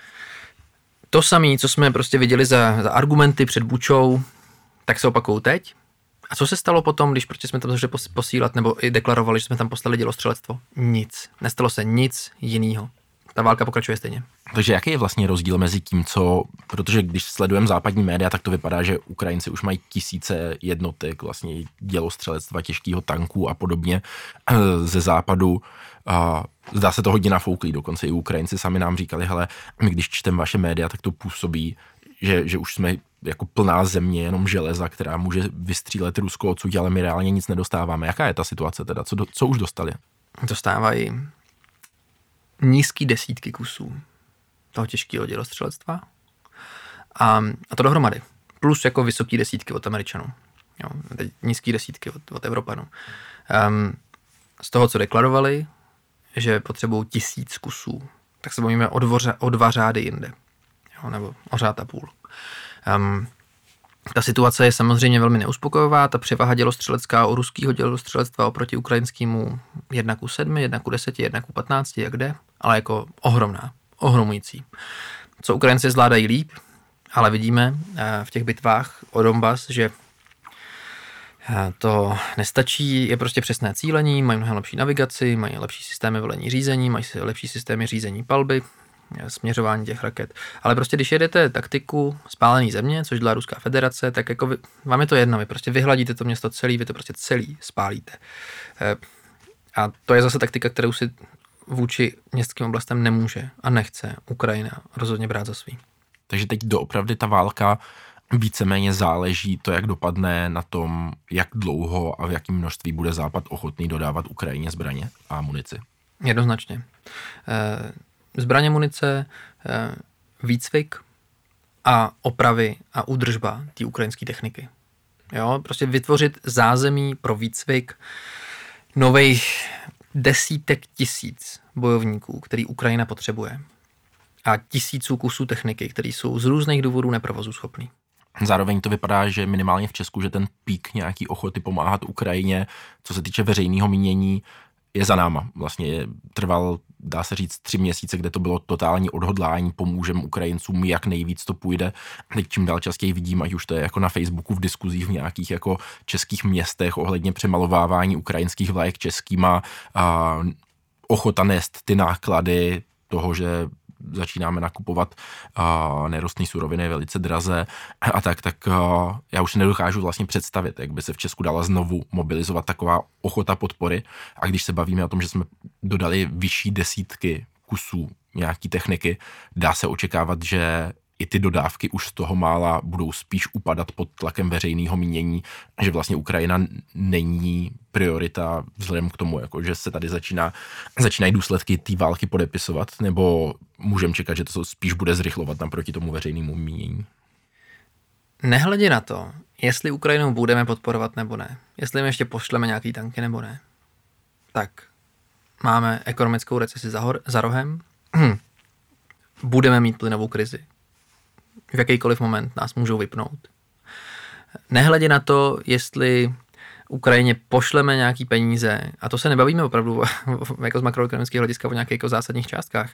to samé, co jsme prostě viděli za, za argumenty před Bučou, tak se opakují teď. A co se stalo potom, když prostě jsme tam začali posílat nebo i deklarovali, že jsme tam poslali dělostřelectvo? Nic. Nestalo se nic jiného. Ta válka pokračuje stejně. Takže jaký je vlastně rozdíl mezi tím, co, protože když sledujeme západní média, tak to vypadá, že Ukrajinci už mají tisíce jednotek vlastně dělostřelectva, těžkého tanků a podobně ze západu. A zdá se to hodně nafouklý, dokonce i Ukrajinci sami nám říkali, hele, my když čteme vaše média, tak to působí, že, že už jsme jako plná země, jenom železa, která může vystřílet Rusko odsud, ale my reálně nic nedostáváme. Jaká je ta situace teda? Co, do, co už dostali? Dostávají nízký desítky kusů toho těžkého dělostřelectva a, a to dohromady. Plus jako vysoký desítky od Američanů. Jo, teď nízký desítky od, od Evropanů. Um, z toho, co deklarovali, že potřebují tisíc kusů, tak se bavíme o, dvoře, o dva řády jinde. Jo, nebo o řád a půl. Um, ta situace je samozřejmě velmi neuspokojivá, ta převaha dělostřelecká u ruského dělostřelectva oproti ukrajinskému jedna ku sedmi, jedna ku deseti, jedna ku patnácti, jak jde, ale jako ohromná, ohromující. Co Ukrajinci zvládají líp, ale vidíme v těch bitvách o Donbas, že to nestačí, je prostě přesné cílení, mají mnohem lepší navigaci, mají lepší systémy velení řízení, mají lepší systémy řízení palby, směřování těch raket. Ale prostě když jedete taktiku spálený země, což dělá Ruská federace, tak jako vy, vám je to jedno, vy prostě vyhladíte to město celý, vy to prostě celý spálíte. A to je zase taktika, kterou si vůči městským oblastem nemůže a nechce Ukrajina rozhodně brát za svý. Takže teď doopravdy ta válka víceméně záleží to, jak dopadne na tom, jak dlouho a v jakém množství bude Západ ochotný dodávat Ukrajině zbraně a munici. Jednoznačně. Zbraně, munice, výcvik a opravy a údržba té ukrajinské techniky. Jo, prostě vytvořit zázemí pro výcvik nových desítek tisíc bojovníků, který Ukrajina potřebuje. A tisíců kusů techniky, které jsou z různých důvodů neprovozu schopný. Zároveň to vypadá, že minimálně v Česku, že ten pík nějaký ochoty pomáhat Ukrajině, co se týče veřejného mínění, je za náma. Vlastně je, trval, dá se říct, tři měsíce, kde to bylo totální odhodlání, pomůžeme Ukrajincům, jak nejvíc to půjde. Teď čím dál častěji vidím, ať už to je jako na Facebooku v diskuzích v nějakých jako českých městech ohledně přemalovávání ukrajinských vlajek českýma, a ochota nést ty náklady toho, že začínáme nakupovat uh, nerostné suroviny velice draze a tak, tak uh, já už si nedokážu vlastně představit, jak by se v Česku dala znovu mobilizovat taková ochota podpory. A když se bavíme o tom, že jsme dodali vyšší desítky kusů nějaký techniky, dá se očekávat, že i ty dodávky už z toho mála budou spíš upadat pod tlakem veřejného mínění, že vlastně Ukrajina není priorita vzhledem k tomu, jako, že se tady začíná, začínají důsledky té války podepisovat, nebo můžeme čekat, že to spíš bude zrychlovat naproti tomu veřejnému mínění? Nehledě na to, jestli Ukrajinu budeme podporovat nebo ne, jestli jim ještě pošleme nějaký tanky nebo ne, tak máme ekonomickou recesi za, hor, za rohem, budeme mít plynovou krizi. V jakýkoliv moment nás můžou vypnout. Nehledě na to, jestli Ukrajině pošleme nějaký peníze, a to se nebavíme opravdu jako z makroekonomického hlediska o nějakých jako zásadních částkách,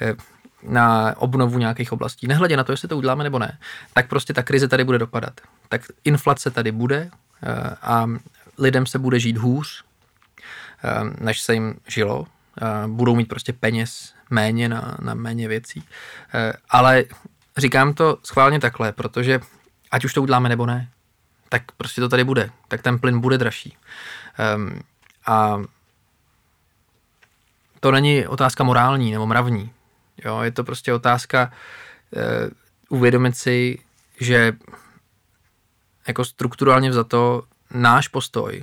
na obnovu nějakých oblastí. Nehledě na to, jestli to uděláme nebo ne, tak prostě ta krize tady bude dopadat. Tak inflace tady bude a lidem se bude žít hůř, než se jim žilo. Budou mít prostě peněz méně na, na méně věcí. Ale říkám to schválně takhle, protože ať už to uděláme nebo ne, tak prostě to tady bude. Tak ten plyn bude dražší. Um, a to není otázka morální nebo mravní. Jo, je to prostě otázka uvědomit si, že jako strukturálně vzato náš postoj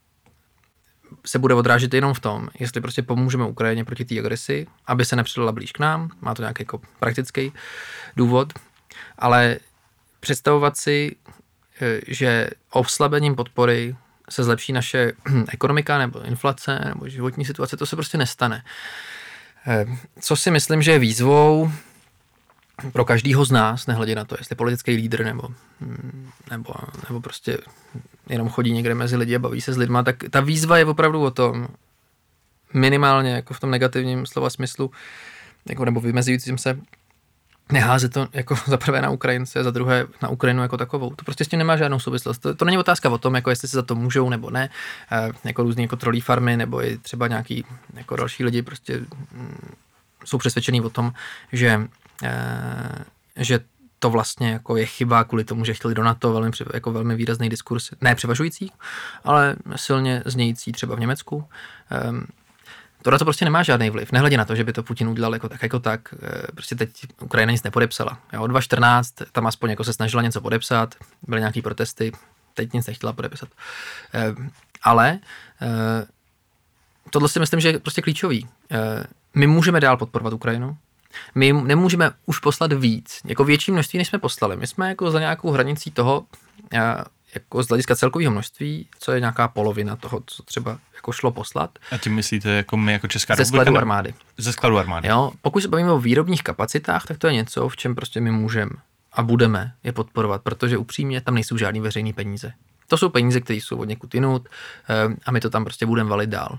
se bude odrážet jenom v tom, jestli prostě pomůžeme Ukrajině proti té agresi, aby se nepřidala blíž k nám, má to nějaký jako praktický důvod, ale představovat si, že oslabením podpory se zlepší naše ekonomika nebo inflace nebo životní situace, to se prostě nestane. Co si myslím, že je výzvou pro každýho z nás, nehledě na to, jestli politický lídr nebo, nebo, nebo prostě jenom chodí někde mezi lidi a baví se s lidma, tak ta výzva je opravdu o tom, minimálně jako v tom negativním slova smyslu, jako nebo vymezujícím se, neházet to jako za prvé na Ukrajince, za druhé na Ukrajinu jako takovou. To prostě s tím nemá žádnou souvislost. To, to není otázka o tom, jako jestli se za to můžou nebo ne, e, jako různý jako trolí farmy nebo i třeba nějaký jako další lidi prostě mm, jsou přesvědčení o tom, že, e, že to vlastně jako je chyba kvůli tomu, že chtěli do NATO, velmi, jako velmi výrazný diskurs, ne převažující, ale silně znějící třeba v Německu. E, To na to prostě nemá žádný vliv. Nehledě na to, že by to Putin udělal jako tak, jako tak. Prostě teď Ukrajina nic nepodepsala. Jo, dva tisíce čtrnáct tam aspoň jako se snažila něco podepsat, byly nějaký protesty, teď nic nechtěla podepsat. Ale tohle si myslím, že je prostě klíčový. My můžeme dál podporovat Ukrajinu. My jim nemůžeme už poslat víc, jako větší množství, než jsme poslali. My jsme jako za nějakou hranicí toho, jako z hlediska celkového množství, co je nějaká polovina toho, co třeba jako šlo poslat. A tím myslíte jako my, jako Česká republika? Ze skladu armády. Ze skladu armády. Jo, pokud se bavíme o výrobních kapacitách, tak to je něco, v čem prostě my můžeme a budeme je podporovat, protože upřímně tam nejsou žádný veřejný peníze. To jsou peníze, které jsou od někud jinut a my to tam prostě budeme valit dál.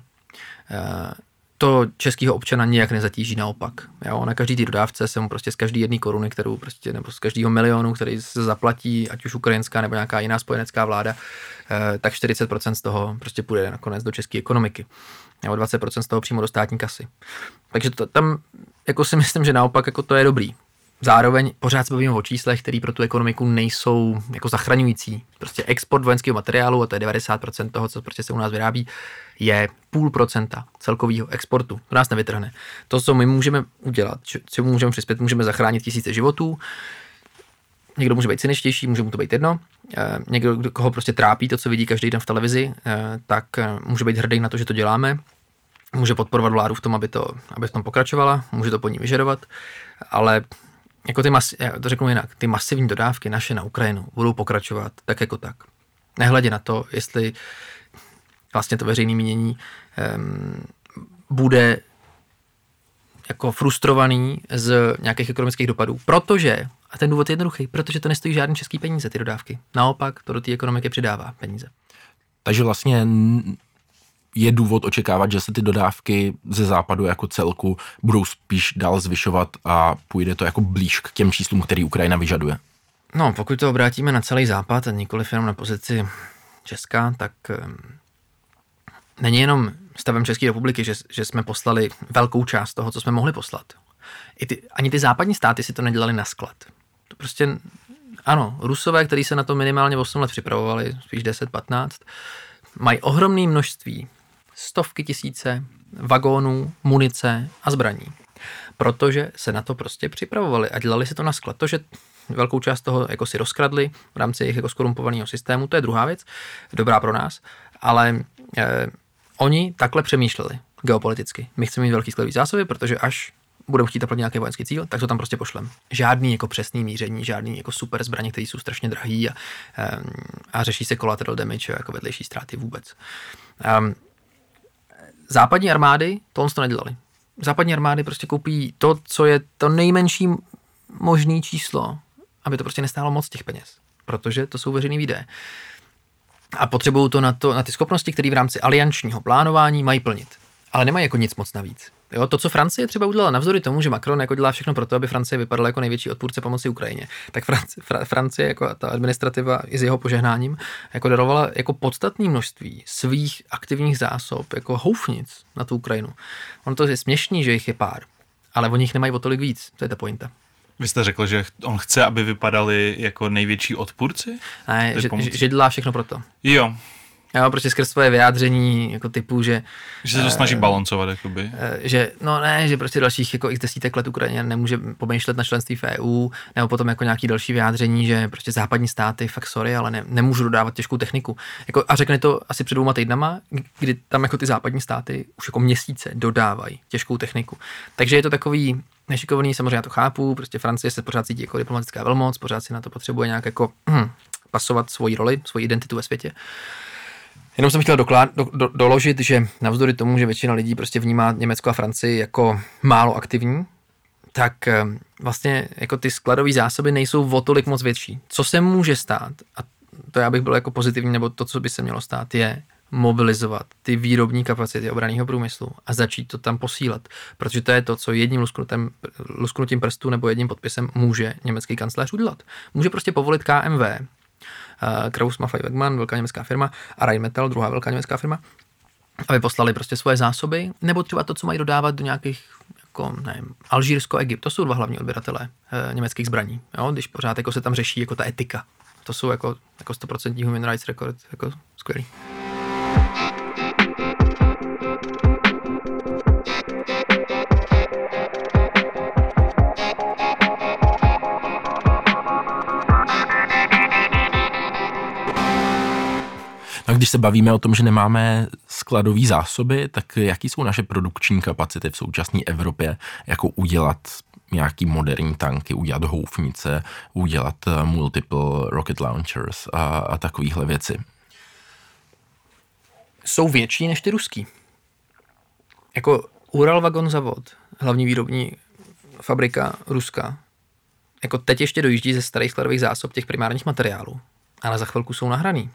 To českého občana nijak nezatíží, naopak. Jo? Na každý té dodávce se mu prostě z každé jedné koruny, kterou prostě, nebo z každého milionu, který se zaplatí, ať už ukrajinská nebo nějaká jiná spojenecká vláda, tak čtyřicet procent z toho prostě půjde nakonec do české ekonomiky. Nebo dvacet procent z toho přímo do státní kasy. Takže to, tam jako si myslím, že naopak jako to je dobrý. Zároveň pořád se bavíme o číslech, které pro tu ekonomiku nejsou jako zachraňující. Prostě export vojenského materiálu, a to je devadesát procent toho, co prostě se u nás vyrábí, je půl procenta celkového exportu. To nás nevytrhne. To, co my můžeme udělat, co můžeme přispět, můžeme zachránit tisíce životů. Někdo může být cyničtější, může mu to být jedno. Někdo, koho prostě trápí to, co vidí každý den v televizi, tak může být hrdý na to, že to děláme. Může podporovat vládu v tom, aby, to, aby v tom pokračovala, může to po ní vyžadovat, ale jako ty mas, já to řeknu jinak, ty masivní dodávky naše na Ukrajinu budou pokračovat tak jako tak. Nehledě na to, jestli vlastně to veřejné mínění um, bude jako frustrovaný z nějakých ekonomických dopadů, protože, a ten důvod je jednoduchý, protože to nestojí žádný český peníze, ty dodávky. Naopak to do té ekonomiky přidává peníze. Takže vlastně je důvod očekávat, že se ty dodávky ze západu jako celku budou spíš dál zvyšovat a půjde to jako blíž k těm číslům, který Ukrajina vyžaduje. No, pokud to obrátíme na celý západ a nikoliv jenom na pozici Česka, tak um, není jenom stavem České republiky, že, že jsme poslali velkou část toho, co jsme mohli poslat. I ty, ani ty západní státy si to nedělali na sklad. To prostě, ano, Rusové, kteří se na to minimálně osm let připravovali, spíš deset patnáct, mají ohromné množství, stovky tisíce vagónů, munice a zbraní. Protože se na to prostě připravovali a dělali si to na sklad. To, že velkou část toho jako si rozkradli v rámci jejich jako skorumpovaného systému, to je druhá věc, dobrá pro nás, ale eh, oni takhle přemýšleli geopoliticky. My chceme mít velký skladový zásoby, protože až budeme chtít naplnit nějaký vojenský cíl, tak to tam prostě pošlem. Žádný jako přesný míření, žádný jako super zbraně, které jsou strašně drahý a, a řeší se collateral damage, jako vedlejší ztráty vůbec. Um, západní armády to to nedělali. Západní armády prostě koupí to, co je to nejmenší možný číslo, aby to prostě nestálo moc těch peněz, protože to jsou veřejný výdaje. A potřebují to na, to na ty schopnosti, které v rámci aliančního plánování mají plnit. Ale nemají jako nic moc navíc. Jo, to, co Francie třeba udělala navzdory tomu, že Macron jako dělá všechno pro to, aby Francie vypadala jako největší odpůrce pomoci Ukrajině, tak Francie, Fra, Francie jako ta administrativa i s jeho požehnáním jako darovala jako podstatné množství svých aktivních zásob, jako houfnic na tu Ukrajinu. Ono to je směšný, že jich je pár, ale oni jich nemají o tolik víc, to je ta pointa. Vy jste řekl, že on chce, aby vypadali jako největší odpůrci? Ne, že, že dělá všechno pro to. Jo, Jo, prostě skrz svoje vyjádření jako typu, že... Že se to snaží balancovat, jakoby. Že, no ne, že prostě dalších jako x desítek let Ukrajina nemůže pomýšlet na členství v E U, nebo potom jako nějaký další vyjádření, že prostě západní státy, fakt sorry, ale ne, nemůžu dodávat těžkou techniku. Jako, a řekne to asi před dvouma týdnama, kdy tam jako ty západní státy už jako měsíce dodávají těžkou techniku. Takže je to takový nešikovný, samozřejmě já to chápu, prostě Francie se pořád cítí jako diplomatická velmoc, pořád si na to potřebuje nějak jako hm, pasovat svoji roli, svoji identitu ve světě. Jenom jsem chtěl doklád, do, do, doložit, že navzdory tomu, že většina lidí prostě vnímá Německo a Francii jako málo aktivní, tak vlastně jako ty skladové zásoby nejsou o tolik moc větší. Co se může stát, a to já bych byl jako pozitivní, nebo to, co by se mělo stát, je mobilizovat ty výrobní kapacity obranného průmyslu a začít to tam posílat. Protože to je to, co jedním lusknutím, lusknutím prstů nebo jedním podpisem může německý kancléř udělat. Může prostě povolit K M W, Krauss Maffei Wegmann, velká německá firma, a Rheinmetall, druhá velká německá firma, aby poslali prostě svoje zásoby, nebo třeba to, co mají dodávat do nějakých, jako, nevím, Alžírsko, Egypt, to jsou dva hlavní odběratelé e, německých zbraní, jo? Když pořád jako se tam řeší jako ta etika. To jsou jako, jako sto procent human rights record, jako skvělý. No, když se bavíme o tom, že nemáme skladové zásoby, tak jaký jsou naše produkční kapacity v současné Evropě, jako udělat nějaký moderní tanky, udělat houfnice, udělat multiple rocket launchers a, a takovéhle věci? Jsou větší než ty ruský. Jako Uralvagon zavod, hlavní výrobní fabrika Ruska, jako teď ještě dojíždí ze starých skladových zásob těch primárních materiálů, ale za chvilku jsou nahraný.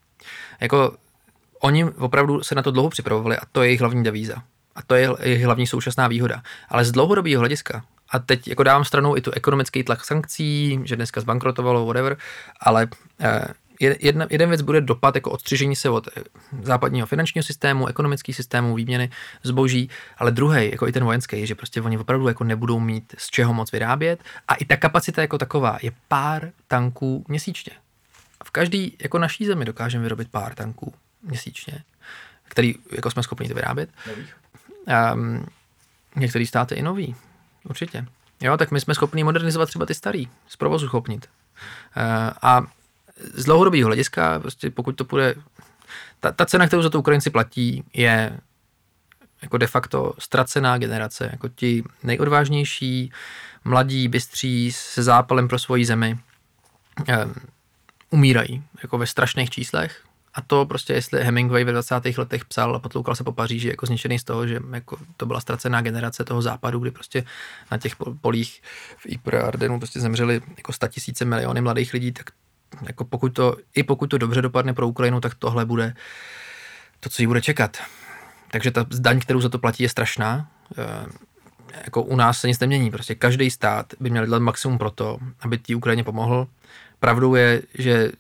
Jako oni opravdu se na to dlouho připravovali a to je jejich hlavní devíza. A to je jejich hlavní současná výhoda. Ale z dlouhodobého hlediska, a teď jako dávám stranou i tu ekonomický tlak sankcí, že dneska zbankrotovalo, whatever, ale eh, jedna, jeden věc bude dopad jako odstřižení se od západního finančního systému, ekonomických systémů, výměny zboží, ale druhý, jako i ten vojenský, je, že prostě oni opravdu jako nebudou mít z čeho moc vyrábět a i ta kapacita jako taková je pár tanků měsíčně. V každý jako naší zemi dokážeme vyrobit pár tanků měsíčně, který jako jsme schopni to vyrábět. Um, některý státy i nový, určitě. Jo, tak my jsme schopni modernizovat třeba ty starý, z provozu schopnit. Uh, a z dlouhodobého hlediska, prostě pokud to půjde, ta, ta cena, kterou za to Ukrajinci platí, je jako de facto ztracená generace, jako ti nejodvážnější, mladí, bystří, se zápalem pro svoji zemi, um, umírají, jako ve strašných číslech. A to prostě, jestli Hemingway ve dvacátých letech psal a potloukal se po Paříži, jako zničený z toho, že jako to byla ztracená generace toho západu, kdy prostě na těch polích v Ypres a Ardenu prostě zemřeli jako statisíce miliony mladých lidí, tak jako pokud to, i pokud to dobře dopadne pro Ukrajinu, tak tohle bude to, co jí bude čekat. Takže ta daň, kterou za to platí, je strašná. E, jako u nás se nic nemění. Prostě každý stát by měl dělat maximum pro to, aby té Ukrajině pomohl. Pravdou je, že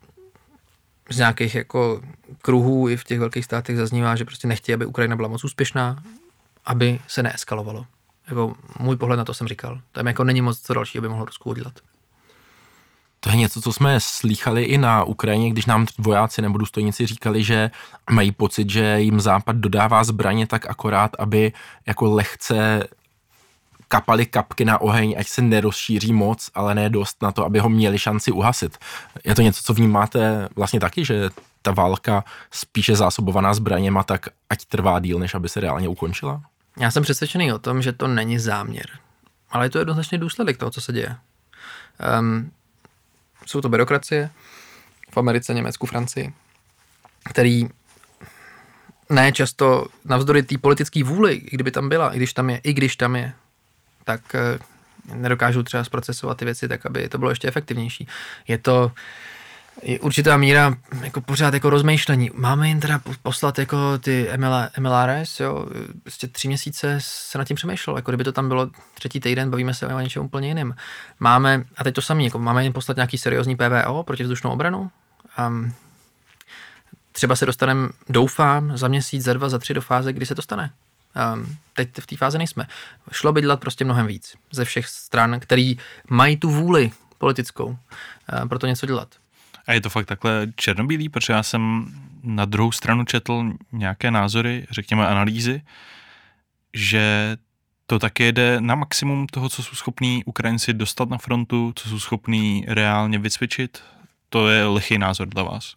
z nějakých jako kruhů i v těch velkých státech zaznívá, že prostě nechtějí, aby Ukrajina byla moc úspěšná, aby se neeskalovalo. Jako můj pohled na to jsem říkal. Tam jako není moc co další, aby mohlo Rusku udělat. To je něco, co jsme slýchali i na Ukrajině, když nám vojáci nebo důstojníci říkali, že mají pocit, že jim Západ dodává zbraně tak akorát, aby jako lehce kapaly kapky na oheň, ať se nerozšíří moc, ale ne dost na to, aby ho měli šanci uhasit. Je to něco, co vnímáte vlastně taky, že ta válka spíše zásobovaná zbraněma, tak ať trvá díl, než aby se reálně ukončila? Já jsem přesvědčený o tom, že to není záměr, ale je to jednoznačně důsledek toho, co se děje. Um, jsou to byrokracie v Americe, Německu, Francii, který ne často navzdory té politické vůli, i kdyby tam byla, i když tam je, i když tam je, tak nedokážou třeba zprocesovat ty věci tak, aby to bylo ještě efektivnější. Je to je určitá míra jako pořád jako rozmýšlení. Máme jim teda poslat jako ty M L R S, jo, prostě tři měsíce se nad tím přemýšlelo, jako kdyby to tam bylo třetí týden, bavíme se o něčem úplně jiném. Máme, a teď to samé, jako máme jim poslat nějaký seriózní P V O, protivzdušnou obranu. Um, třeba se dostaneme, doufám, za měsíc, za dva, za tři do fáze, kdy se to stane. Um, teď v té fázi nejsme. Šlo by dělat prostě mnohem víc ze všech stran, který mají tu vůli politickou uh, pro to něco dělat. A je to fakt takhle černobílý, protože já jsem na druhou stranu četl nějaké názory, řekněme analýzy, že to taky jede na maximum toho, co jsou schopní Ukrajinci dostat na frontu, co jsou schopní reálně vycvičit. To je lichý názor dla vás.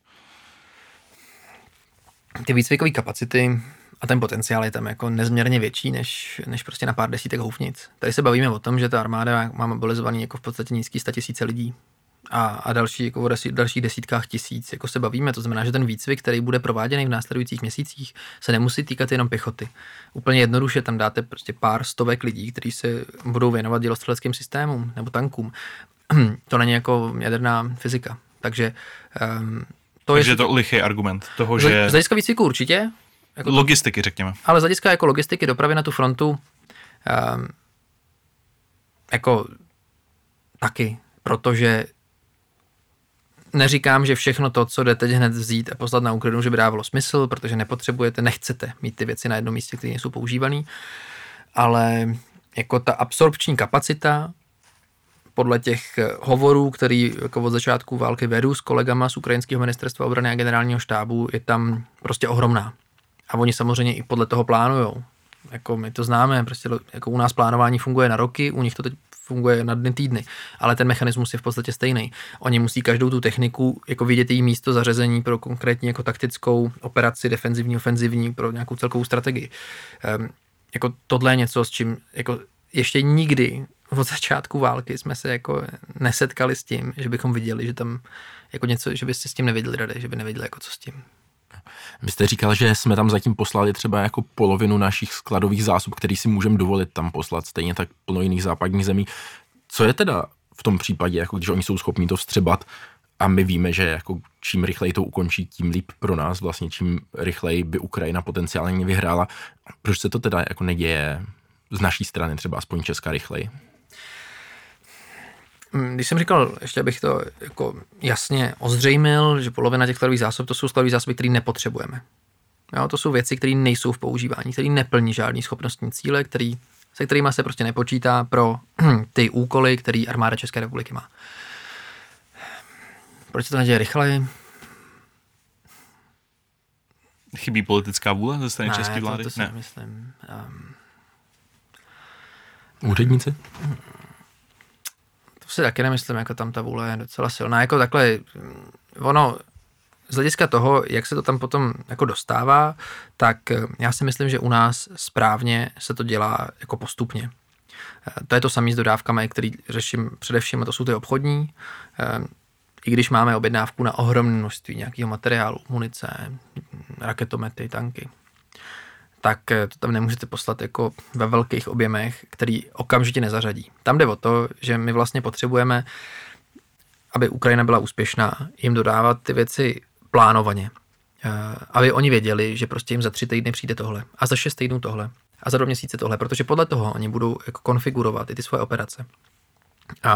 Ty výcvikové kapacity a ten potenciál je tam jako nezměrně větší, než, než prostě na pár desítek houfnic. Tady se bavíme o tom, že ta armáda má mobilizovaný jako v podstatě nízký statisíce lidí a, a další, jako v dalších desítkách tisíc jako se bavíme. To znamená, že ten výcvik, který bude prováděný v následujících měsících, se nemusí týkat jenom pěchoty. Úplně jednoduše tam dáte prostě pár stovek lidí, kteří se budou věnovat dělostřeleckým systémům nebo tankům. To není jako jaderná fyzika. Takže um, to Takže je to lichý argument toho, z, že... Z hlediska výcviku určitě. Jako logistiky, řekněme. Ale z hlediska jako logistiky dopravy na tu frontu um, jako taky, protože neříkám, že všechno to, co jde teď hned vzít a poslat na Ukrajinu, že by dávalo smysl, protože nepotřebujete, nechcete mít ty věci na jednom místě, které nejsou používané, ale jako ta absorpční kapacita podle těch hovorů, který jako od začátku války vedu s kolegama z ukrajinského ministerstva obrany a generálního štábu, je tam prostě ohromná. A oni samozřejmě i podle toho plánujou. Jako my to známe, prostě jako u nás plánování funguje na roky, u nich to teď funguje na dny, týdny, ale ten mechanismus je v podstatě stejný. Oni musí každou tu techniku jako vidět její místo zařazení pro konkrétní jako taktickou operaci, defenzivní, ofenzivní, pro nějakou celkovou strategii. Um, jako tohle je něco, s čím jako ještě nikdy od začátku války jsme se jako nesetkali s tím, že bychom viděli, že tam jako něco, že byste s tím nevěděli rady, že by nevěděli jako co s tím. Vy jste říkal, že jsme tam zatím poslali třeba jako polovinu našich skladových zásob, který si můžeme dovolit tam poslat, stejně tak plno jiných západních zemí. Co je teda v tom případě, jako když oni jsou schopní to vstřebat a my víme, že jako čím rychleji to ukončí, tím líp pro nás, vlastně čím rychleji by Ukrajina potenciálně vyhrála. Proč se to teda jako neděje z naší strany, třeba aspoň Česka rychleji? Když jsem říkal, ještě abych to jako jasně ozřejmil, že polovina těch skladových zásob, to jsou skladové zásoby, které nepotřebujeme. Jo, to jsou věci, které nejsou v používání, které neplní žádný schopnostní cíle, který, se kterými se prostě nepočítá pro ty úkoly, které armáda České republiky má. Proč se to neděje rychleji? Chybí politická vůle ze strany ne, české vlády? To, to si ne, nemyslím. Um, Úředníci? To si taky nemyslím, jako tam ta vůle je docela silná. Jako takhle, ono, z hlediska toho, jak se to tam potom jako dostává, tak já si myslím, že u nás správně se to dělá jako postupně. To je to samé s dodávkami, který řeším především, a to jsou ty obchodní. I když máme objednávku na ohromné množství nějakého materiálu, munice, raketomety, tanky, tak to tam nemůžete poslat jako ve velkých objemech, který okamžitě nezařadí. Tam jde o to, že my vlastně potřebujeme, aby Ukrajina byla úspěšná, jim dodávat ty věci plánovaně. Aby oni věděli, že prostě jim za tři týdny přijde tohle a za šest týdnů tohle a za dva měsíce tohle, protože podle toho oni budou jako konfigurovat i ty svoje operace. A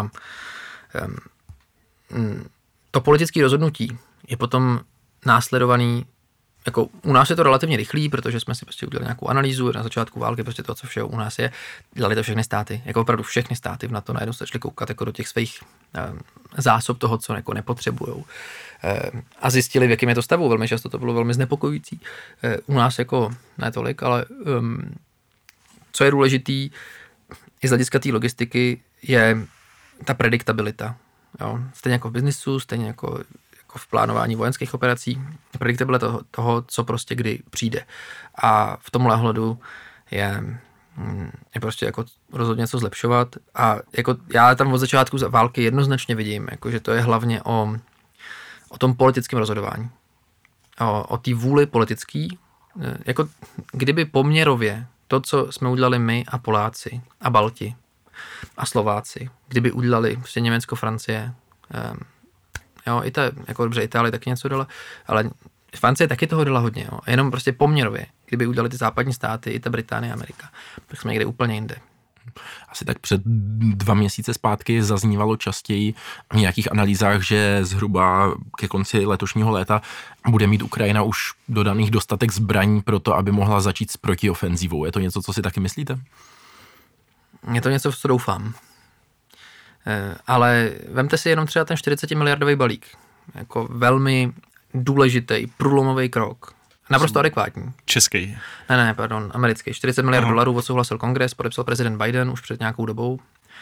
um, to politické rozhodnutí je potom následovaný. Jako u nás je to relativně rychlý, protože jsme si prostě udělali nějakou analýzu na začátku války, prostě to, co všeho u nás je. Dělali to všechny státy, jako opravdu všechny státy v NATO najednou se začali koukat jako do těch svých um, zásob toho, co jako nepotřebujou. Um, a zjistili, v jakém je to stavu. Velmi často to bylo velmi znepokojující. Um, u nás jako ne tolik, ale um, co je důležitý i z hlediska té logistiky, je ta prediktabilita. Jo? Stejně jako v biznisu, stejně jako v plánování vojenských operací, prediktabilita toho, toho, co prostě kdy přijde. A v tomhle ohledu je, je prostě jako rozhodně něco zlepšovat. A jako já tam od začátku války jednoznačně vidím, jako že to je hlavně o, o tom politickém rozhodování. O, o té vůli politický. Jako kdyby poměrově to, co jsme udělali my a Poláci a Balti a Slováci, kdyby udělali prostě Německo, Francie, um, jo, i ta, jako dobře, Itálie taky něco dala, ale Francie taky toho dala hodně, jo. Jenom prostě poměrově, kdyby udělali ty západní státy, i ta Británie, Amerika, tak jsme někde úplně jinde. Asi tak před dva měsíce zpátky zaznívalo častěji v nějakých analýzách, že zhruba ke konci letošního léta bude mít Ukrajina už dodaných dostatek zbraní pro to, aby mohla začít s protiofenzívou. Je to něco, co si taky myslíte? Je to něco, v co doufám. Ale vemte si jenom třeba ten čtyřicet miliardový balík. jako velmi důležitý, průlomový krok. Naprosto adekvátní. Český. Ne, ne, pardon, americký. čtyřicet miliard Aha. dolarů odsouhlasil kongres, podepsal prezident Biden už před nějakou dobou.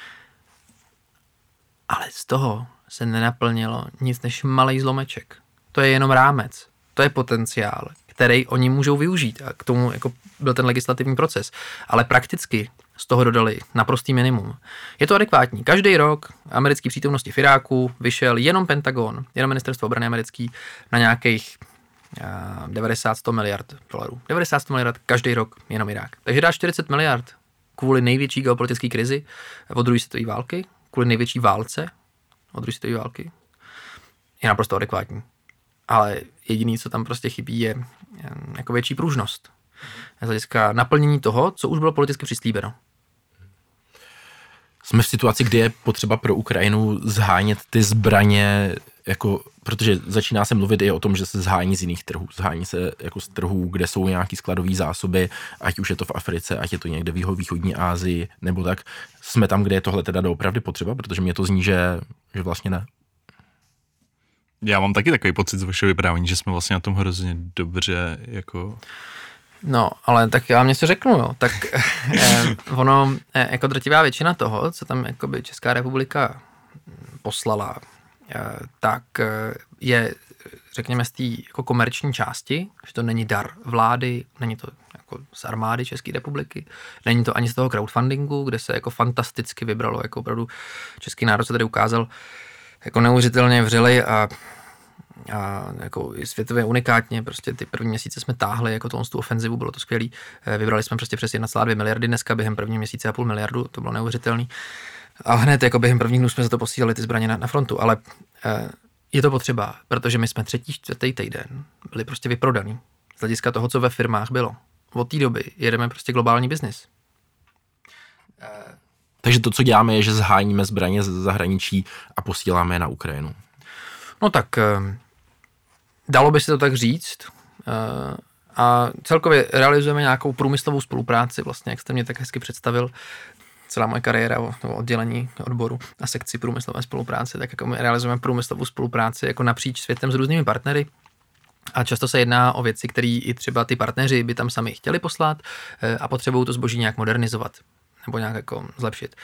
Ale z toho se nenaplnilo nic než malej zlomeček. To je jenom rámec. To je potenciál, který oni můžou využít. A k tomu jako byl ten legislativní proces. Ale prakticky z toho dodali naprostý minimum. Je to adekvátní. Každý rok americký přítomnosti v Iráku vyšel jenom Pentagon, jenom ministerstvo obrany americký na nějakých devadesát sto miliard dolarů. devadesát sto miliard každý rok jenom Irák. Takže dá čtyřicet miliard kvůli největší geopolitické krizi od druhé světové války, kvůli největší válce od druhé světové války. Je naprosto adekvátní. Ale jediný, co tam prostě chybí, je jako větší pružnost. Z hlediska naplnění toho, co už bylo politicky přislíbeno. Jsme v situaci, kdy je potřeba pro Ukrajinu zhánět ty zbraně, jako, protože začíná se mluvit i o tom, že se zhání z jiných trhů. Zhání se jako z trhů, kde jsou nějaký skladové zásoby, ať už je to v Africe, ať je to někde v jihovýchodní Asii, nebo tak. Jsme tam, kde je tohle teda doopravdy potřeba, protože mě to zní, že, že vlastně ne. Já mám taky takový pocit z vašeho vyprávění, že jsme vlastně na tom hrozně dobře jako... No, ale tak já vám něco řeknu, jo. Tak eh, ono, eh, jako drtivá většina toho, co tam jakoby Česká republika poslala, eh, tak eh, je, řekněme, z té jako komerční části, že to není dar vlády, není to jako z armády České republiky, není to ani z toho crowdfundingu, kde se jako fantasticky vybralo, jako opravdu český národ se tady ukázal jako neuvěřitelně vřelej a a jako světově unikátně, prostě ty první měsíce jsme táhli jako tu ofenzivu, bylo to skvělý. Vybrali jsme prostě přes jedna celá dvě miliardy dneska během první měsíce a půl miliardu, to bylo neuvěřitelný. A hned jako během prvních dnů jsme za to posílali ty zbraně na, na frontu, ale eh, je to potřeba, protože my jsme třetí, čtvrtý týden byli prostě vyprodaný z hlediska toho, co ve firmách bylo. Od té doby jedeme prostě globální biznis. Eh. Takže to, co děláme, je, že zháníme zbraně z zahraničí a posíláme je na Ukrajinu. No tak dalo by se to tak říct a celkově realizujeme nějakou průmyslovou spolupráci, vlastně jak jste mě tak hezky představil, celá moje kariéra o oddělení odboru a sekci průmyslové spolupráce, tak jako my realizujeme průmyslovou spolupráci jako napříč světem s různými partnery a často se jedná o věci, které i třeba ty partneři by tam sami chtěli poslat a potřebují to zboží nějak modernizovat nebo nějak jako zlepšit.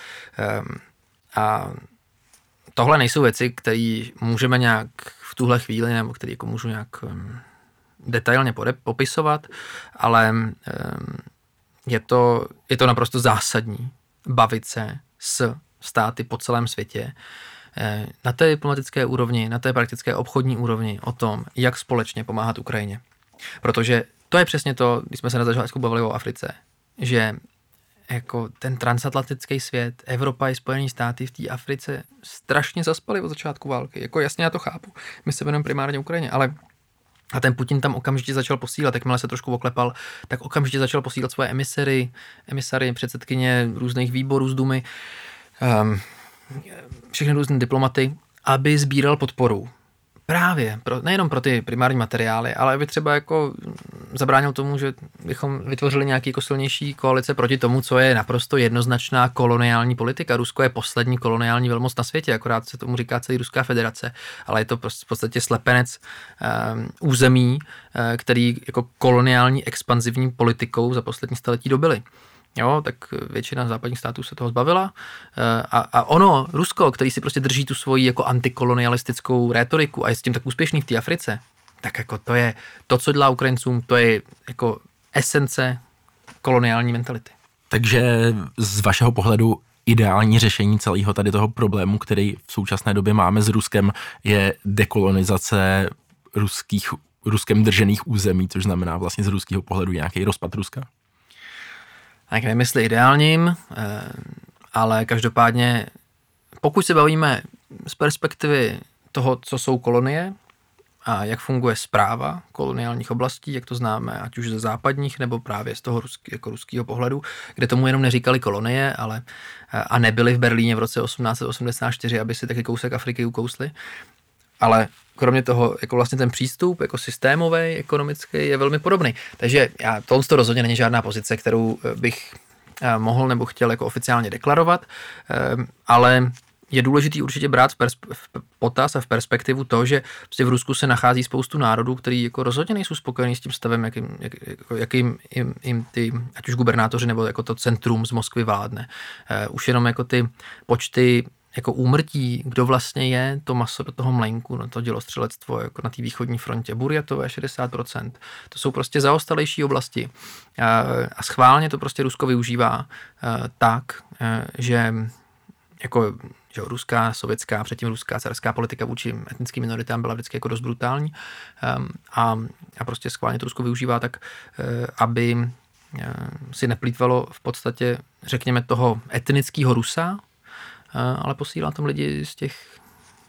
A tohle nejsou věci, které můžeme nějak v tuhle chvíli, nebo které jako můžu nějak um, detailně pode- popisovat, ale um, je, to, je to naprosto zásadní bavit se s státy po celém světě eh, na té diplomatické úrovni, na té praktické obchodní úrovni o tom, jak společně pomáhat Ukrajině. Protože to je přesně to, když jsme se na začátku bavili o Africe, že jako ten transatlantický svět, Evropa i Spojené státy v té Africe strašně zaspali od začátku války. Jako jasně, já to chápu. My se věnujeme primárně Ukrajině, ale a ten Putin tam okamžitě začal posílat, jakmile se trošku oklepal, tak okamžitě začal posílat svoje emisary, emisary, předsedkyně různých výborů z Dumy, um, všechny různé diplomaty, aby sbíral podporu. Právě, pro, nejenom pro ty primární materiály, ale aby třeba jako zabránil tomu, že bychom vytvořili nějaký jako silnější koalice proti tomu, co je naprosto jednoznačná koloniální politika. Rusko je poslední koloniální velmoc na světě, akorát se tomu říká celý Ruská federace, ale je to v podstatě slepenec um, území, uh, který jako koloniální expanzivní politikou za poslední staletí dobyly. Jo, tak většina západních států se toho zbavila a, a ono, Rusko, který si prostě drží tu svoji jako antikolonialistickou rétoriku a je s tím tak úspěšný v té Africe, tak jako to je to, co dělá Ukrajincům, to je jako esence koloniální mentality. Takže z vašeho pohledu ideální řešení celého tady toho problému, který v současné době máme s Ruskem, je dekolonizace ruských, ruskem držených území, což znamená vlastně z ruského pohledu nějaký rozpad Ruska? Tak nevím, jestli ideálním, ale každopádně, pokud se bavíme z perspektivy toho, co jsou kolonie a jak funguje správa koloniálních oblastí, jak to známe, ať už ze západních, nebo právě z toho ruský, jako ruského pohledu, kde tomu jenom neříkali kolonie, ale a nebyli v Berlíně v roce osmnáct osmdesát čtyři, aby si taky kousek Afriky ukousli. Ale kromě toho, jako vlastně ten přístup, jako systémový, ekonomický, je velmi podobný. Takže já, tohle to rozhodně není žádná pozice, kterou bych mohl nebo chtěl jako oficiálně deklarovat, ale je důležitý určitě brát v, persp- v potaz a v perspektivu to, že prostě v Rusku se nachází spoustu národů, který jako rozhodně nejsou spokojení s tím stavem, jakým, jak, jako, jakým jim, jim ty, ať už gubernátoři nebo jako to centrum z Moskvy vládne. Uh, už jenom jako ty počty jako úmrtí, kdo vlastně je to maso do toho mlejnku, no to dělostřelectvo jako na té východní frontě. Burjatové šedesát procent. To jsou prostě zaostalejší oblasti. A, a schválně to prostě Rusko využívá a, tak, a, že jako že ruská, sovětská, předtím ruská carská politika vůči etnickým minoritám byla vždycky jako dost brutální a, a prostě schválně to Rusko využívá tak, aby si neplýtvalo v podstatě, řekněme, toho etnického Rusa, ale posílá tam lidi z těch,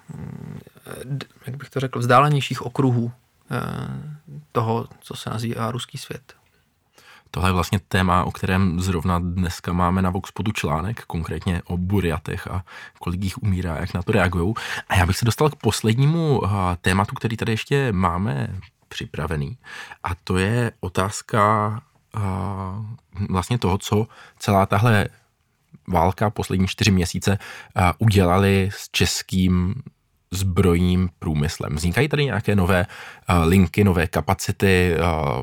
jak bych to řekl, vzdálenějších okruhů toho, co se nazývá ruský svět. Tohle je vlastně téma, o kterém zrovna dneska máme na Voxpodu článek, konkrétně o Burjatech a kolik jich umírá, jak na to reagují. A já bych se dostal k poslednímu tématu, který tady ještě máme připravený. A to je otázka vlastně toho, co celá tahle válka poslední čtyři měsíce udělali s českým zbrojním průmyslem. Vznikají tady nějaké nové linky, nové kapacity,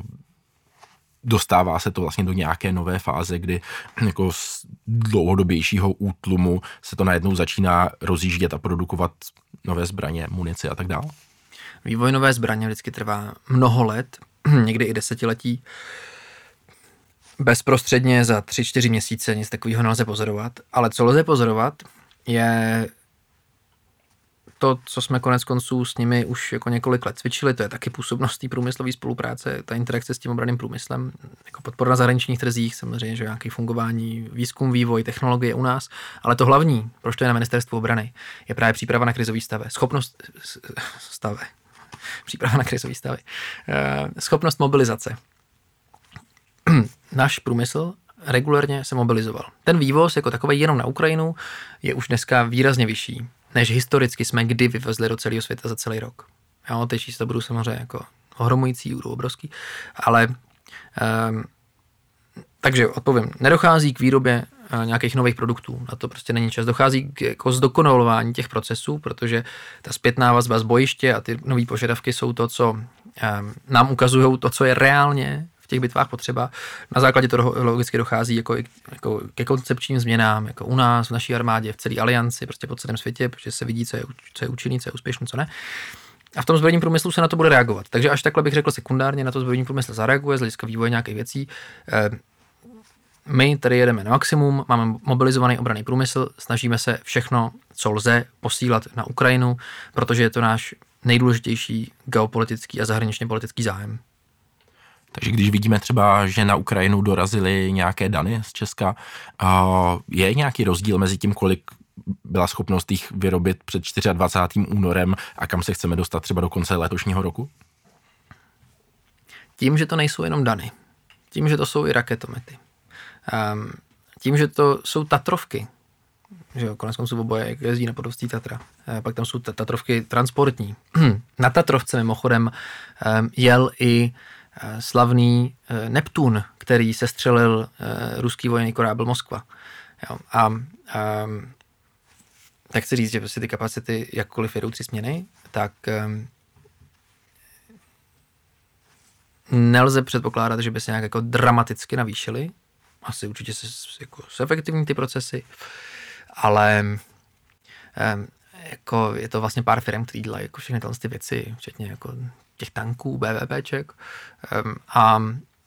dostává se to vlastně do nějaké nové fáze, kdy jako z dlouhodobějšího útlumu se to najednou začíná rozjíždět a produkovat nové zbraně, munici a tak dále? Vývoj nové zbraně vždycky trvá mnoho let, někdy i desetiletí. Bezprostředně za tři, čtyři měsíce nic takového nelze pozorovat, ale co lze pozorovat, je to, co jsme konec konců s nimi už jako několik let cvičili, to je taky působnost té průmyslové spolupráce, ta interakce s tím obranným průmyslem, jako podpora na zahraničních trzích, samozřejmě, že nějaké fungování, výzkum, vývoj, technologie u nás, ale to hlavní, proč to je na ministerstvu obrany, je právě příprava na krizový stave, schopnost stave, příprava na krizový stavy, schopnost mobilizace. Náš průmysl regulérně se mobilizoval. Ten vývoz jako takový jenom na Ukrajinu je už dneska výrazně vyšší, než historicky jsme kdy vyvezli do celého světa za celý rok. Jo, ty čísla budou samozřejmě jako ohromující, budou obrovský, ale um, takže odpovím, nedochází k výrobě uh, nějakých nových produktů, na to prostě není čas, dochází k jako zdokonalování těch procesů, protože ta zpětná vazba z bojiště a ty nové požadavky jsou to, co um, nám ukazují to, co je reálně v těch bitvách potřeba. Na základě toho logicky dochází jako, jako ke koncepčním změnám, jako u nás, v naší armádě, v celé alianci, prostě po celém světě, protože se vidí, co je, co je účinný, co je úspěšný, co ne. A v tom zbrojním průmyslu se na to bude reagovat. Takže až takhle bych řekl sekundárně, na to zbrojní průmysl zareaguje z hlediska vývoje nějakých věcí. My tady jedeme na maximum, máme mobilizovaný obranný průmysl, snažíme se všechno, co lze, posílat na Ukrajinu, protože je to náš nejdůležitější geopolitický a zahraničně politický zájem. Takže když vidíme třeba, že na Ukrajinu dorazily nějaké dany z Česka, je nějaký rozdíl mezi tím, kolik byla schopnost jich vyrobit před dvacátým čtvrtým únorem a kam se chceme dostat třeba do konce letošního roku? Tím, že to nejsou jenom dany. Tím, že to jsou i raketomety. Um, tím, že to jsou Tatrovky. Že jo, konec konců oboje, jak jezdí na podovstí Tatra. E, pak tam jsou Tatrovky transportní. Na Tatrovce mimochodem um, jel i slavný Neptun, který sestřelil ruský vojenský korábl Moskva. Jo, a, a tak chci říct, že prostě ty kapacity, jakkoliv jedou tři směny, tak um, nelze předpokládat, že by se nějak jako dramaticky navýšily. Asi určitě se jako zefektivní ty procesy, ale um, jako je to vlastně pár firm, který dělají jako všechny ty věci, včetně jako těch tanků, BVPček um, a,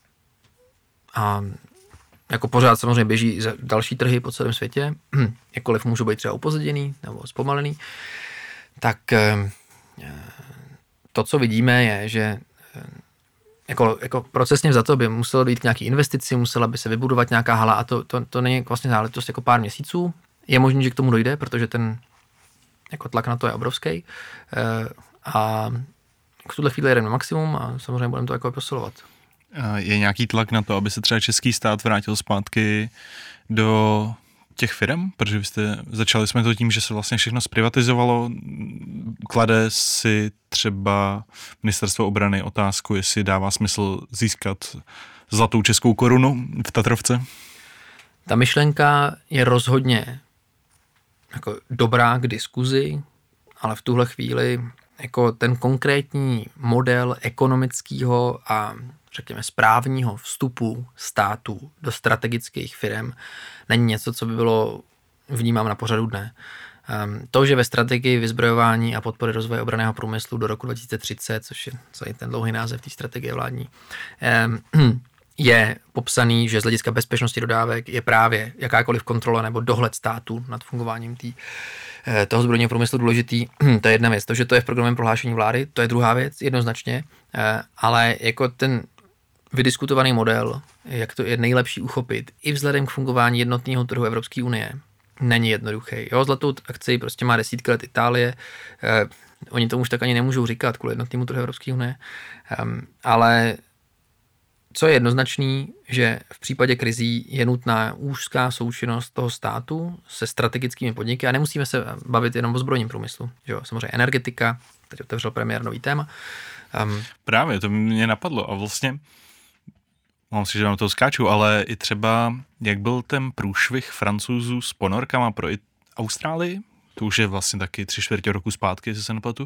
a jako pořád samozřejmě běží další trhy po celém světě, jakkoliv můžou být třeba upozaděný nebo zpomalený, tak um, to, co vidíme, je, že jako, jako procesně za to by muselo dojít k nějaký investici, musela by se vybudovat nějaká hala a to, to, to není vlastně záležitost jako pár měsíců. Je možné, že k tomu dojde, protože ten jako tlak na to je obrovský a v tuhle chvíli jedeme maximum a samozřejmě budeme to jako posilovat. Je nějaký tlak na to, aby se třeba český stát vrátil zpátky do těch firm? Protože vy jste, začali jsme to tím, že se vlastně všechno zprivatizovalo. Klade si třeba ministerstvo obrany otázku, jestli dává smysl získat zlatou českou korunu v Tatrovce? Ta myšlenka je rozhodně jako dobrá k diskuzi, ale v tuhle chvíli jako ten konkrétní model ekonomického a řekněme správního vstupu států do strategických firm není něco, co by bylo vnímám na pořadu dne. Um, to, že ve strategii vyzbrojování a podpory rozvoje obranného průmyslu do roku dva tisíce třicet, což je celý ten dlouhý název té strategie vládní, um, je popsaný, že z hlediska bezpečnosti dodávek je právě jakákoliv kontrola nebo dohled státu nad fungováním tý, toho zbrojního průmyslu důležitý. To je jedna věc. To, že to je v programovém prohlášení vlády, to je druhá věc, jednoznačně, ale jako ten vydiskutovaný model, jak to je nejlepší uchopit, i vzhledem k fungování jednotného trhu Evropské unie, není jednoduchý. Jo, zlatou akci prostě má desítky let Itálie, eh, oni to už tak ani nemůžou říkat kvůli jednotnému trhu Evropské unie, um, ale co je jednoznačný, že v případě krizí je nutná úzká součinnost toho státu se strategickými podniky a nemusíme se bavit jenom o zbrojním průmyslu. Jo, samozřejmě energetika, teď otevřel premiér nový téma. Um, Právě, to mě napadlo a vlastně mám si, že vám toho skáču, ale i třeba, jak byl ten průšvih Francouzů s ponorkama pro Austrálii, to už je vlastně taky tři čtvrtě roku zpátky, jestli se nepletu.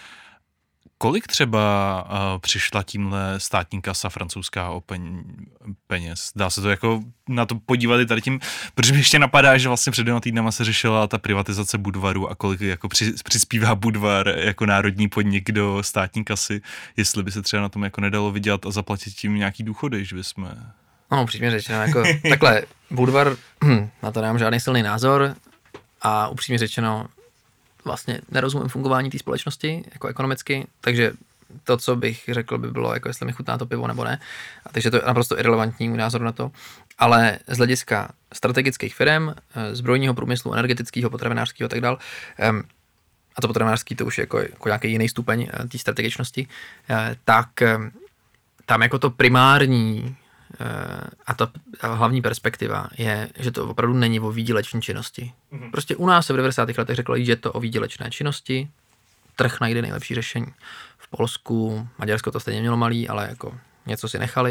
Kolik třeba uh, přišla tímhle státní kasa francouzská o peněz? Dá se to jako na to podívat i tady tím, protože mi ještě napadá, že vlastně před dvěma týdnama se řešila ta privatizace Budvaru a kolik jako při, přispívá Budvar jako národní podnik do státní kasy, jestli by se třeba na tom jako nedalo vydělat a zaplatit tím nějaký důchody, že bychom... No, upřímně řečeno, jako takhle, Budvar, na to nemám žádný silný názor a upřímně řečeno, vlastně nerozumím fungování té společnosti jako ekonomicky, takže to, co bych řekl, by bylo, jako jestli mi chutná to pivo nebo ne. A takže to je naprosto irelevantní můj názor na to. Ale z hlediska strategických firm, zbrojního průmyslu, energetického, potravinářského a tak dál, a to potravinářský to už je jako, jako nějaký jiný stupeň té strategičnosti, tak tam jako to primární a ta a hlavní perspektiva je, že to opravdu není o výdělečné činnosti. Mm-hmm. Prostě u nás se v devadesátých letech řeklo, že je to o výdělečné činnosti, trh najde nejlepší řešení. V Polsku, Maďarsko to stejně mělo malý, ale jako něco si nechali.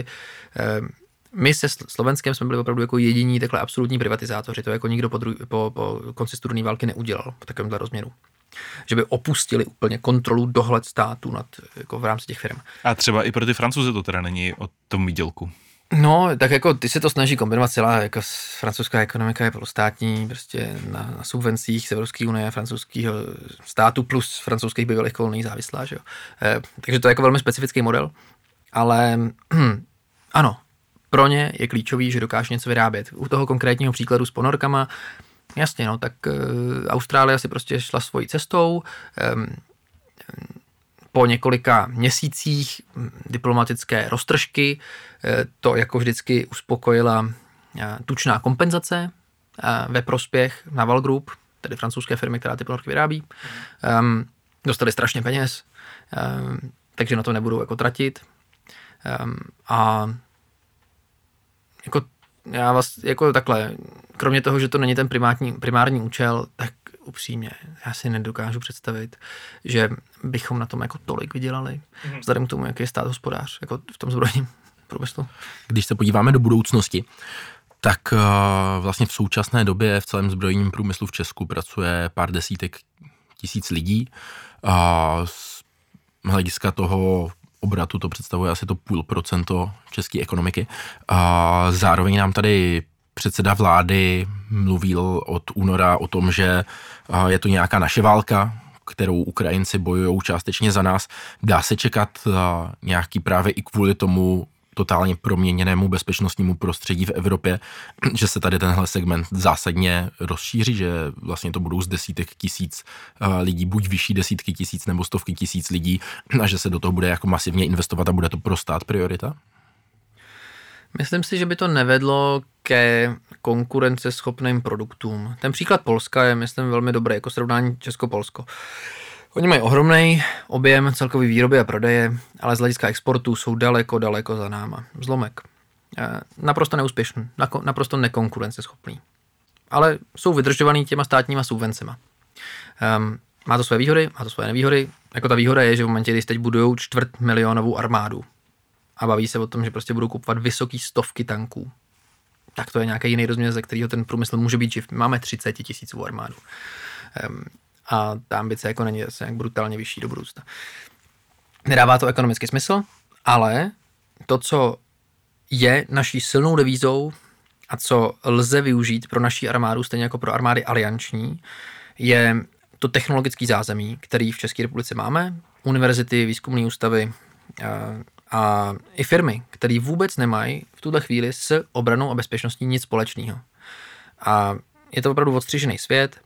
My se Slovenskem jsme byli opravdu jako jediní takhle absolutní privatizátoři, to jako nikdo po, dru- po, po konci studené války neudělal v takovémhle rozměru. Že by opustili úplně kontrolu, dohled státu nad, jako v rámci těch firm. A třeba i pro ty Francouze to teda není o tom výdělku. No, tak jako ty se to snaží kombinovat celá, jako francouzská ekonomika je polostátní, prostě na, na subvencích z Evropské unie, francouzského státu plus francouzských bývalých kolonií závislá, že jo. E, takže to je jako velmi specifický model, ale hm, ano, pro ně je klíčový, že dokáže něco vyrábět. U toho konkrétního příkladu s ponorkama, jasně, no, tak e, Austrálie si prostě šla svojí cestou, e, po několika měsících diplomatické roztržky to jako vždycky uspokojila tučná kompenzace ve prospěch Naval Group, tedy francouzské firmy, která ty ponorky vyrábí. Um, dostali strašně peněz, um, takže na to nebudou jako tratit. Um, a jako já vás jako takhle, kromě toho, že to není ten primární, primární účel, tak upřímně, já si nedokážu představit, že bychom na tom jako tolik vydělali, mm-hmm. vzhledem k tomu, jaký je stát hospodář, jako v tom zbrojním průmyslu. Když se podíváme do budoucnosti, tak uh, vlastně v současné době v celém zbrojním průmyslu v Česku pracuje pár desítek tisíc lidí. A z hlediska toho obratu to představuje asi to půl procento české ekonomiky. A zároveň nám tady předseda vlády mluvil od února o tom, že je to nějaká naše válka, kterou Ukrajinci bojují částečně za nás. Dá se čekat nějaký právě i kvůli tomu totálně proměněnému bezpečnostnímu prostředí v Evropě, že se tady tenhle segment zásadně rozšíří, že vlastně to budou z desítek tisíc lidí, buď vyšší desítky tisíc nebo stovky tisíc lidí a že se do toho bude jako masivně investovat a bude to pro stát priorita? Myslím si, že by to nevedlo ke konkurenceschopným produktům. Ten příklad Polska je, myslím, velmi dobrý, jako srovnání Česko-Polsko. Oni mají ohromný objem celkový výroby a prodeje, ale z hlediska exportu jsou daleko, daleko za náma. Zlomek. Naprosto neúspěšný, naprosto nekonkurenceschopný. Ale jsou vydržovaný těma státníma subvencema. Um, má to své výhody, má to své nevýhody. Jako ta výhoda je, že v momentě, kdy teď budujou čtvrt milionovou armádu a baví se o tom, že prostě budou kupovat vysoký stovky tanků. tak to je nějaký jiný rozměr, ze kterého ten průmysl může být živ. Máme třicet tisícovou armádu. Um, a ta ambice jako není zase nějak brutálně vyšší do budoucna. Nedává to ekonomický smysl, ale to, co je naší silnou devízou a co lze využít pro naší armádu, stejně jako pro armády alianční, je to technologické zázemí, který v České republice máme, univerzity, výzkumné ústavy a, a i firmy, které vůbec nemají v tuhle chvíli s obranou a bezpečností nic společného. A je to opravdu odstřižený svět,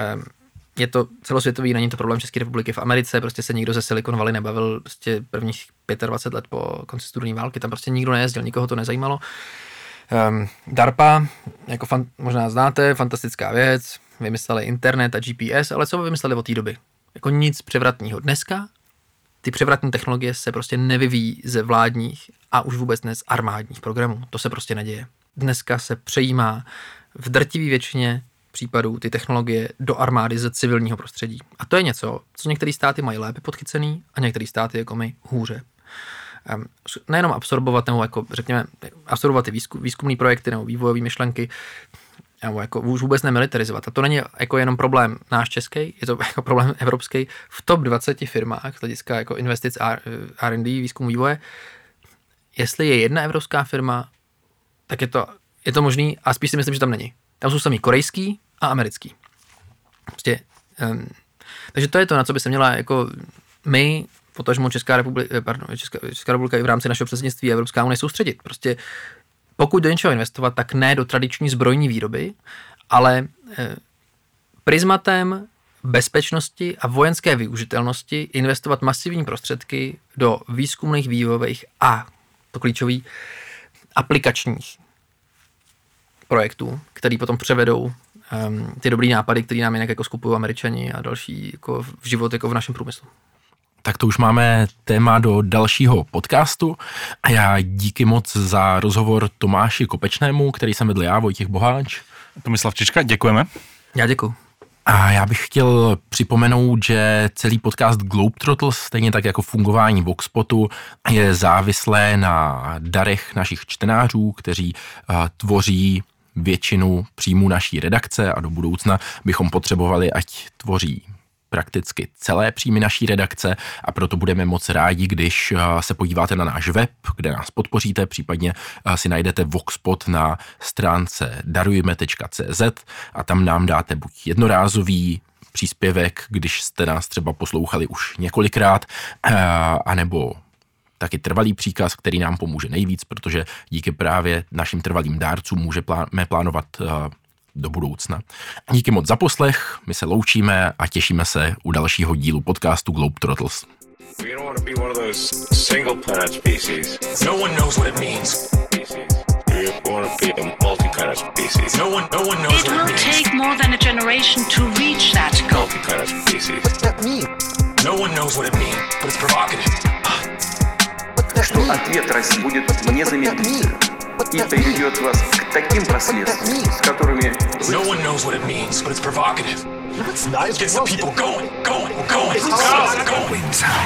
je to celosvětový, není to problém České republiky. V Americe prostě se nikdo ze Silicon Valley nebavil prostě prvních dvacet pět let po konci studené války, tam prostě nikdo nejezdil, nikoho to nezajímalo. Um, DARPA, jako fan, možná znáte, fantastická věc, vymysleli internet a G P S, ale co vymysleli od té doby? Jako nic převratného. Dneska ty převratné technologie se prostě nevyvíjí ze vládních a už vůbec ne z armádních programů. To se prostě neděje. Dneska se přejímá v drtivé většině případů ty technologie do armády ze civilního prostředí. A to je něco, co některé státy mají lépe podchycený a některé státy jako my hůře. Um, nejenom absorbovat, nebo jako řekněme, absorbovat ty výzkum, výzkumné projekty nebo vývojové myšlenky, nebo jako už vůbec nemilitarizovat. A to není jako jenom problém náš český, je to jako problém evropský. V top dvaceti firmách, z hlediska jako investic R and D, výzkumu vývoje, jestli je jedna evropská firma, tak je to, je to možný a spíš si myslím, že tam není. Tam jsou samý korejský a americký. Prostě, um, takže to je to, na co by se měla jako my, potažmo Česká republika, pardon, Česká, Česká republika i v rámci našeho předsednictví Evropská unie soustředit. Prostě pokud do něčeho investovat, tak ne do tradiční zbrojní výroby, ale eh, prismatem bezpečnosti a vojenské využitelnosti investovat masivní prostředky do výzkumných, vývojových a to klíčový aplikačních projektů, který potom převedou um, ty dobrý nápady, které nám jinak jako skupují Američani a další jako v život jako v našem průmyslu. Tak to už máme téma do dalšího podcastu a já díky moc za rozhovor Tomáši Kopečnému, který jsem vedl já, Vojtěch Boháč. Tomislav Čička, děkujeme. Já děkuju. A já bych chtěl připomenout, že celý podcast Globetrotters, stejně tak jako fungování Voxpotu, je závislé na darech našich čtenářů, kteří uh, tvoří většinu příjmů naší redakce a do budoucna bychom potřebovali, ať tvoří prakticky celé příjmy naší redakce a proto budeme moc rádi, když se podíváte na náš web, kde nás podpoříte, případně si najdete Voxpot na stránce darujme tečka cé zet a tam nám dáte buď jednorázový příspěvek, když jste nás třeba poslouchali už několikrát, anebo taky trvalý příkaz, který nám pomůže nejvíc, protože díky právě našim trvalým dárcům můžeme plánovat do budoucna. Díky moc za poslech, my se loučíme a těšíme se u dalšího dílu podcastu Globetrotters. We don't want to be one of those single planet species. No one knows what it means. We want to be a multi-planet species. No one, no one knows It what it will means. take more than a generation to reach that goal. Multi-planet species. What's that mean? No one knows what it means, but it's provocative. What's that Что mean? ответ России будет незамедлительным и приведет вас к таким последствиям, с которыми вы... No one knows what it means, but it's provocative. It's nice. Gets the people going, going, going, going, going.